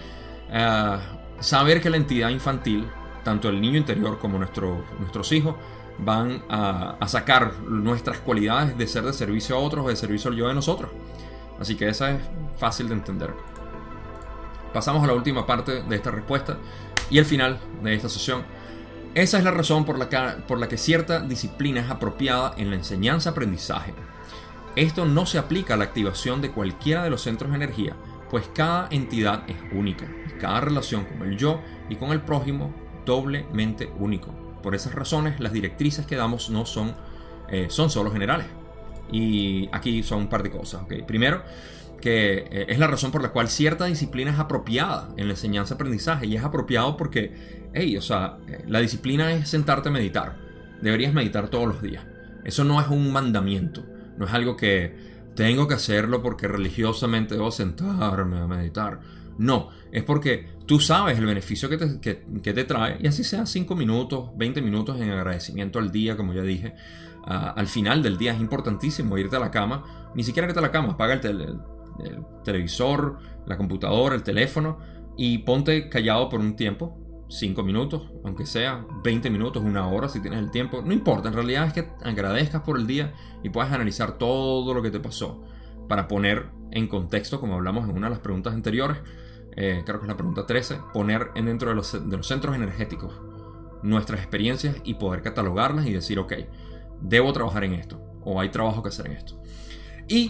saber que la entidad infantil, tanto el niño interior como nuestros hijos, van a sacar nuestras cualidades de ser de servicio a otros o de servicio al yo de nosotros. Así que esa es fácil de entender. Pasamos a la última parte de esta respuesta y el final de esta sesión. Esa es la razón por la que cierta disciplina es apropiada en la enseñanza-aprendizaje. Esto no se aplica a la activación de cualquiera de los centros de energía, pues cada entidad es única y cada relación con el yo y con el prójimo doblemente único. Por esas razones, las directrices que damos no son solo generales. Y aquí son un par de cosas, ¿okay? Primero, que es la razón por la cual cierta disciplina es apropiada en la enseñanza-aprendizaje. Y es apropiado porque, la disciplina es sentarte a meditar. Deberías meditar todos los días. Eso no es un mandamiento. No es algo que tengo que hacerlo porque religiosamente debo sentarme a meditar. No, es porque tú sabes el beneficio que te trae. Y así sea 5 minutos, 20 minutos en agradecimiento al día, como ya dije. Al final del día es importantísimo irte a la cama. Ni siquiera irte a la cama, apaga el televisor, la computadora, el teléfono y ponte callado por un tiempo, 5 minutos, aunque sea 20 minutos, 1 hora si tienes el tiempo, no importa. En realidad es que agradezcas por el día y puedas analizar todo lo que te pasó para poner en contexto, como hablamos en una de las preguntas anteriores, creo que es la pregunta 13, poner dentro de los centros energéticos nuestras experiencias y poder catalogarlas y decir, ok, debo trabajar en esto o hay trabajo que hacer en esto. Y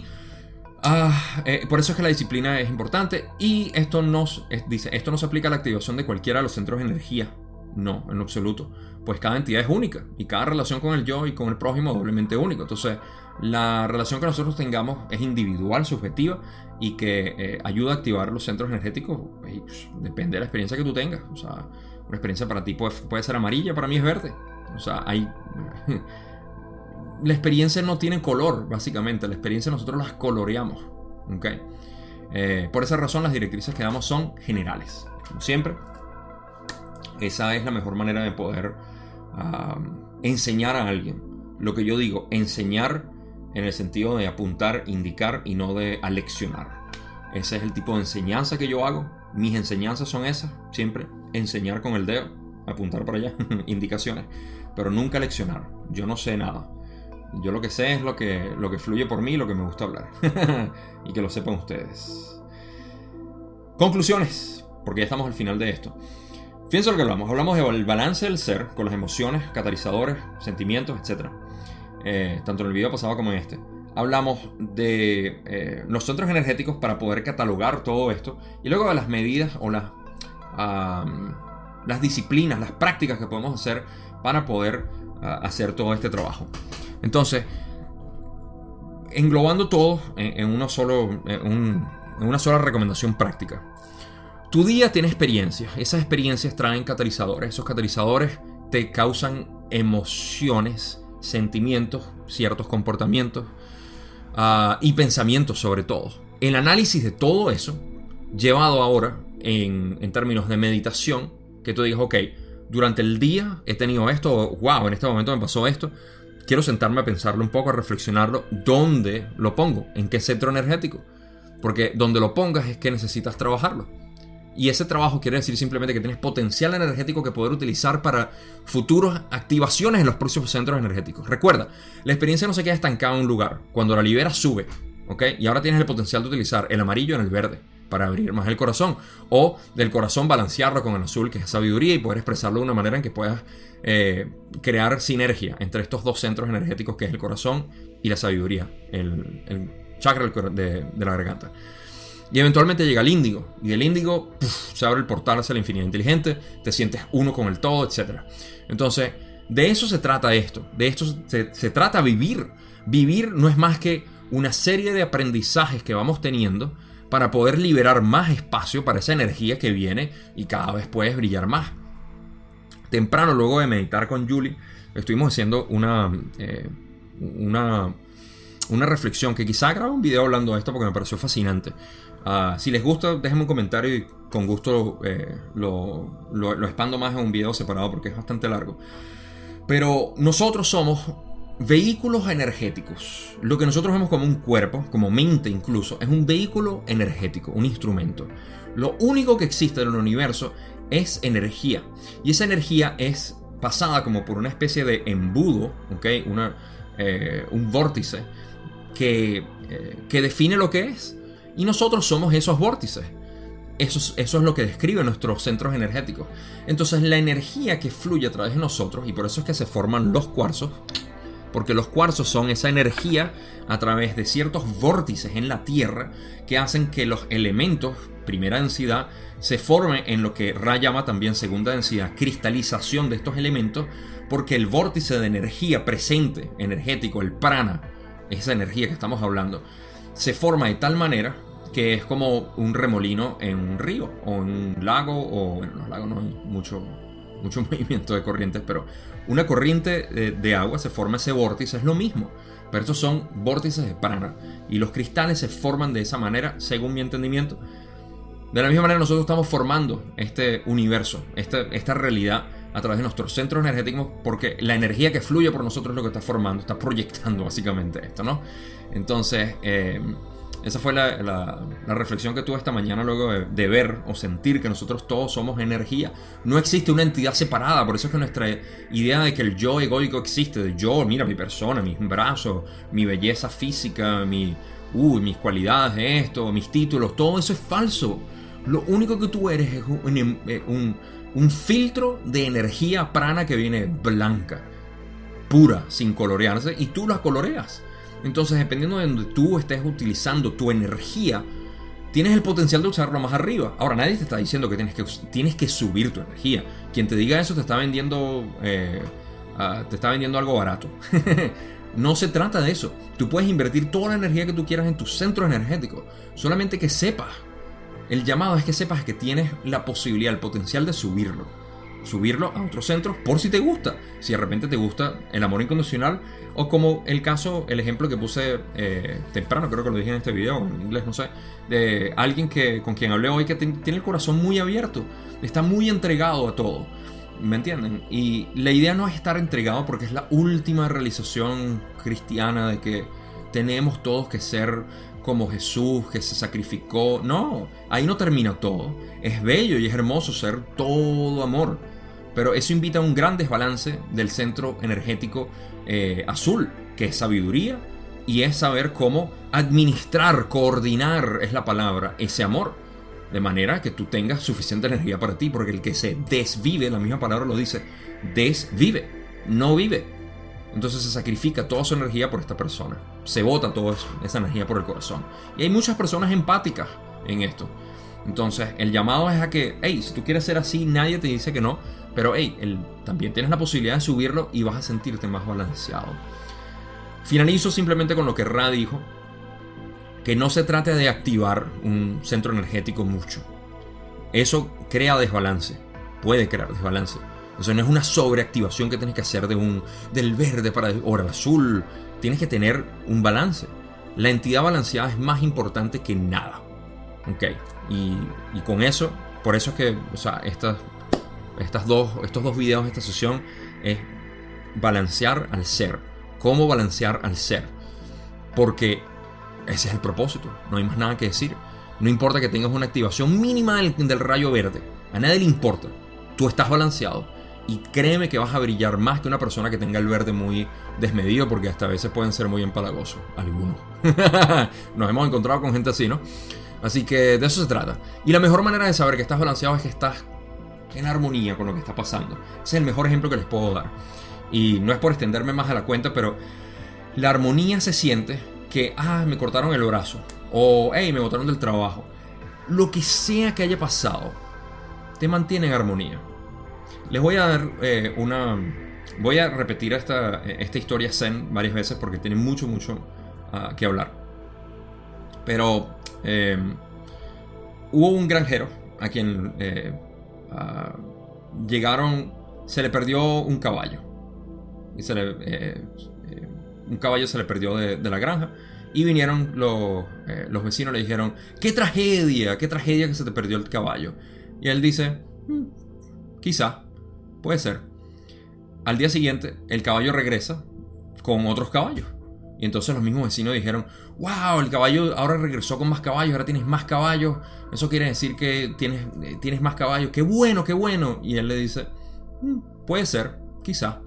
por eso es que la disciplina es importante. Y esto no se aplica a la activación de cualquiera de los centros de energía. No, en lo absoluto. Pues cada entidad es única y cada relación con el yo y con el prójimo es doblemente único. Entonces la relación que nosotros tengamos es individual, subjetiva y que ayuda a activar los centros energéticos. Pues, depende de la experiencia que tú tengas. O sea, una experiencia para ti puede ser amarilla, para mí es verde. O sea, la experiencia no tiene color, básicamente. La experiencia nosotros las coloreamos, ¿okay? Por esa razón las directrices que damos son generales. Como siempre, esa es la mejor manera de poder enseñar a alguien. Lo que yo digo, enseñar en el sentido de apuntar, indicar y no de aleccionar. Ese es el tipo de enseñanza que yo hago. Mis enseñanzas son esas, siempre enseñar con el dedo, apuntar para allá, indicaciones, pero nunca leccionar. Yo no sé nada. Yo lo que sé es lo que fluye por mí, lo que me gusta hablar. Y que lo sepan ustedes. Conclusiones, porque ya estamos al final de esto. Fíjense lo que hablamos. Hablamos del balance del ser con las emociones, catalizadores, sentimientos, etc. Tanto en el video pasado como en este. Hablamos de los centros energéticos para poder catalogar todo esto. Y luego de las medidas o las disciplinas, las prácticas que podemos hacer para poder hacer todo este trabajo. Entonces, englobando todo en una sola recomendación práctica. Tu día tiene experiencias. Esas experiencias traen catalizadores. Esos catalizadores te causan emociones, sentimientos, ciertos comportamientos y pensamientos sobre todo. El análisis de todo eso, llevado ahora en términos de meditación, que tú digas, ok, durante el día he tenido esto, o, wow, en este momento me pasó esto. Quiero sentarme a pensarlo un poco, a reflexionarlo. ¿Dónde lo pongo? ¿En qué centro energético? Porque donde lo pongas es que necesitas trabajarlo. Y ese trabajo quiere decir simplemente que tienes potencial energético que poder utilizar para futuras activaciones en los próximos centros energéticos. Recuerda, la experiencia no se queda estancada en un lugar. Cuando la liberas, sube. ¿Ok? Y ahora tienes el potencial de utilizar el amarillo en el verde para abrir más el corazón. O del corazón balancearlo con el azul, que es sabiduría, y poder expresarlo de una manera en que puedas crear sinergia entre estos dos centros energéticos, que es el corazón y la sabiduría. El chakra de la garganta. Y eventualmente llega el índigo. Y del índigo se abre el portal hacia la infinidad inteligente. Te sientes uno con el todo, etc. Entonces, de eso se trata esto. De esto se trata vivir. Vivir no es más que una serie de aprendizajes que vamos teniendo para poder liberar más espacio para esa energía que viene y cada vez puedes brillar más. Temprano, luego de meditar con Julie, estuvimos haciendo una reflexión que quizá grabé un video hablando de esto porque me pareció fascinante. Si les gusta, déjenme un comentario y con gusto lo expando más en un video separado porque es bastante largo. Pero nosotros somos vehículos energéticos. Lo que nosotros vemos como un cuerpo, como mente incluso, es un vehículo energético, un instrumento. Lo único que existe en el universo es energía. Y esa energía es pasada como por una especie de embudo, ¿okay? Un vórtice que define lo que es. Y nosotros somos esos vórtices. Eso es lo que describe nuestros centros energéticos. Entonces la energía que fluye a través de nosotros, y por eso es que se forman los cuarzos, porque los cuarzos son esa energía a través de ciertos vórtices en la Tierra que hacen que los elementos, primera densidad, se formen en lo que Ra llama también segunda densidad, cristalización de estos elementos, porque el vórtice de energía presente, energético, el prana, esa energía que estamos hablando, se forma de tal manera que es como un remolino en un río o en un lago, o en los lagos no hay mucho movimiento de corrientes, pero una corriente de agua se forma ese vórtice, es lo mismo, pero estos son vórtices de prana y los cristales se forman de esa manera, según mi entendimiento. De la misma manera nosotros estamos formando este universo, esta realidad a través de nuestros centros energéticos, porque la energía que fluye por nosotros es lo que está formando, está proyectando básicamente esto, ¿no? Entonces, esa fue la reflexión que tuve esta mañana luego de ver o sentir que nosotros todos somos energía. No existe una entidad separada, por eso es que nuestra idea de que el yo egoico existe, de yo, mira mi persona, mis brazos, mi belleza física, mis cualidades, esto, mis títulos, todo eso es falso. Lo único que tú eres es un filtro de energía prana que viene blanca, pura, sin colorearse, y tú la coloreas. Entonces, dependiendo de donde tú estés utilizando tu energía, tienes el potencial de usarlo más arriba. Ahora, nadie te está diciendo que tienes que subir tu energía. Quien te diga eso te está vendiendo algo barato. No se trata de eso. Tú puedes invertir toda la energía que tú quieras en tu centro energético. Solamente que sepas. El llamado es que sepas que tienes la posibilidad, el potencial de subirlo a otros centros por si te gusta. Si de repente te gusta el amor incondicional, o como el ejemplo que puse temprano, creo que lo dije en este video, en inglés, no sé, de alguien con quien hablé hoy que tiene el corazón muy abierto, está muy entregado a todo, ¿me entienden? Y la idea no es estar entregado porque es la última realización cristiana de que tenemos todos que ser como Jesús, que se sacrificó. No, ahí no termina todo. Es bello y es hermoso ser todo amor, pero eso invita a un gran desbalance del centro energético azul, que es sabiduría y es saber cómo administrar, coordinar, es la palabra, ese amor, de manera que tú tengas suficiente energía para ti, porque el que se desvive, la misma palabra lo dice, desvive, no vive. Entonces se sacrifica toda su energía por esta persona, se bota toda esa energía por el corazón. Y hay muchas personas empáticas en esto. Entonces el llamado es a que, hey, si tú quieres ser así, nadie te dice que no, pero hey, también tienes la posibilidad de subirlo y vas a sentirte más balanceado. Finalizo simplemente con lo que Ra dijo, que no se trate de activar un centro energético mucho. Eso crea desbalance, puede crear desbalance. O sea, no es una sobreactivación que tienes que hacer del verde ahora el azul. Tienes que tener un balance. La entidad balanceada es más importante que nada. ¿Ok? Y con eso, por eso es que, o sea, estos dos videos de esta sesión es balancear al ser. ¿Cómo balancear al ser? Porque ese es el propósito. No hay más nada que decir. No importa que tengas una activación mínima del rayo verde. A nadie le importa. Tú estás balanceado. Y créeme que vas a brillar más que una persona que tenga el verde muy desmedido, porque hasta a veces pueden ser muy empalagosos. Algunos. Nos hemos encontrado con gente así, ¿no? Así que de eso se trata. Y la mejor manera de saber que estás balanceado es que estás en armonía con lo que está pasando. Ese es el mejor ejemplo que les puedo dar. Y no es por extenderme más a la cuenta, pero la armonía se siente que, me cortaron el brazo. O, me botaron del trabajo. Lo que sea que haya pasado, te mantiene en armonía. Les voy a dar voy a repetir esta historia zen varias veces porque tiene mucho que hablar. Pero hubo un granjero a quien se le perdió un caballo. Y un caballo se le perdió de la granja. Y vinieron los vecinos, le dijeron: qué tragedia que se te perdió el caballo. Y él dice: quizá, puede ser. Al día siguiente, el caballo regresa con otros caballos. Y entonces los mismos vecinos dijeron: wow, el caballo ahora regresó con más caballos, ahora tienes más caballos. Eso quiere decir que tienes más caballos. ¡Qué bueno, qué bueno! Y él le dice: puede ser, quizá.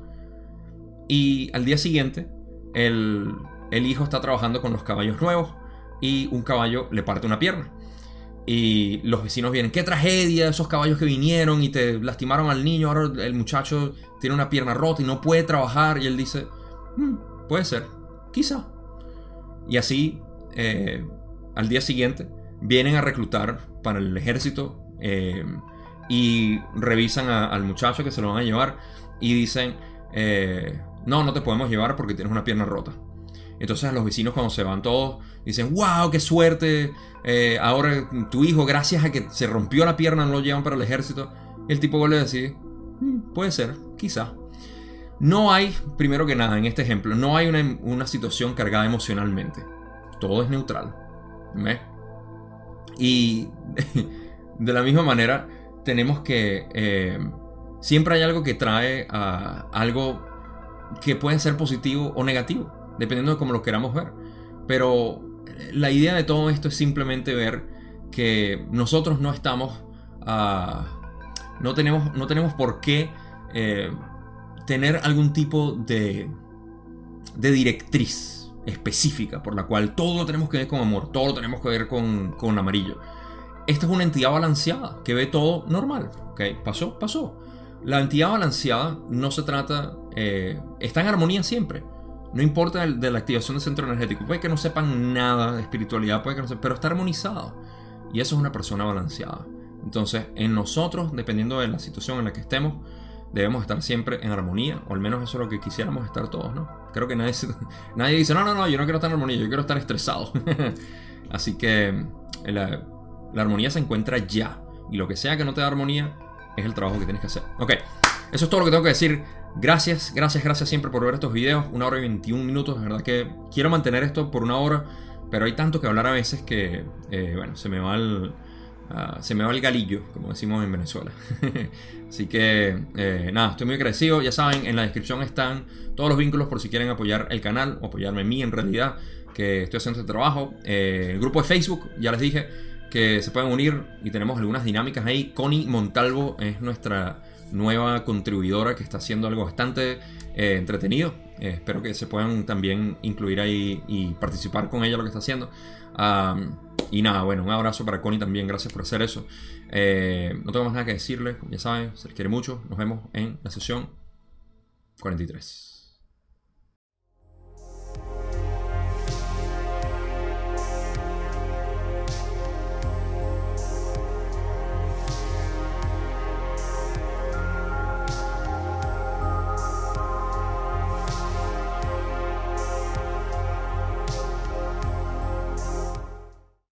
Y al día siguiente, el hijo está trabajando con los caballos nuevos y un caballo le parte una pierna. Y los vecinos vienen: qué tragedia, esos caballos que vinieron y te lastimaron al niño. Ahora el muchacho tiene una pierna rota y no puede trabajar. Y él dice: puede ser, quizá. Y así, al día siguiente, vienen a reclutar para el ejército y revisan al muchacho que se lo van a llevar y dicen: no te podemos llevar porque tienes una pierna rota. Entonces a los vecinos, cuando se van todos, dicen: wow, qué suerte, ahora tu hijo, gracias a que se rompió la pierna, no lo llevan para el ejército. Y el tipo vuelve a decir: puede ser, quizá. No hay, primero que nada, en este ejemplo, no hay una situación cargada emocionalmente. Todo es neutral. ¿Ves? Y de la misma manera, tenemos que siempre hay algo que trae a algo que puede ser positivo o negativo, dependiendo de cómo lo queramos ver. Pero la idea de todo esto es simplemente ver que nosotros no estamos no tenemos por qué tener algún tipo de directriz específica por la cual todo lo tenemos que ver con amor, todo lo tenemos que ver con amarillo. Esta es una entidad balanceada que ve todo normal. ¿Okay? Pasó. La entidad balanceada no se trata, está en armonía siempre. No importa de la activación del centro energético. Puede que no sepan nada de espiritualidad, puede que no sepan, pero está armonizado. Y eso es una persona balanceada. Entonces, en nosotros, dependiendo de la situación en la que estemos, debemos estar siempre en armonía. O al menos eso es lo que quisiéramos estar todos, ¿no? Creo que nadie dice: no, yo no quiero estar en armonía, yo quiero estar estresado. Así que la armonía se encuentra ya. Y lo que sea que no te da armonía es el trabajo que tienes que hacer. Ok, eso es todo lo que tengo que decir. Gracias siempre por ver estos videos. 1 hora y 21 minutos. De verdad que quiero mantener esto por 1 hora, pero hay tanto que hablar a veces que se me va el galillo, como decimos en Venezuela. Así que nada, estoy muy agradecido. Ya saben, en la descripción están todos los vínculos por si quieren apoyar el canal o apoyarme a mí, en realidad, que estoy haciendo este trabajo. El grupo de Facebook, ya les dije que se pueden unir y tenemos algunas dinámicas ahí. Connie Montalvo es nuestra nueva contribuidora que está haciendo algo bastante entretenido. Espero que se puedan también incluir ahí y participar con ella lo que está haciendo. Y nada, bueno, un abrazo para Connie también. Gracias por hacer eso. No tengo más nada que decirles. Ya saben, se les quiere mucho. Nos vemos en la sesión 43.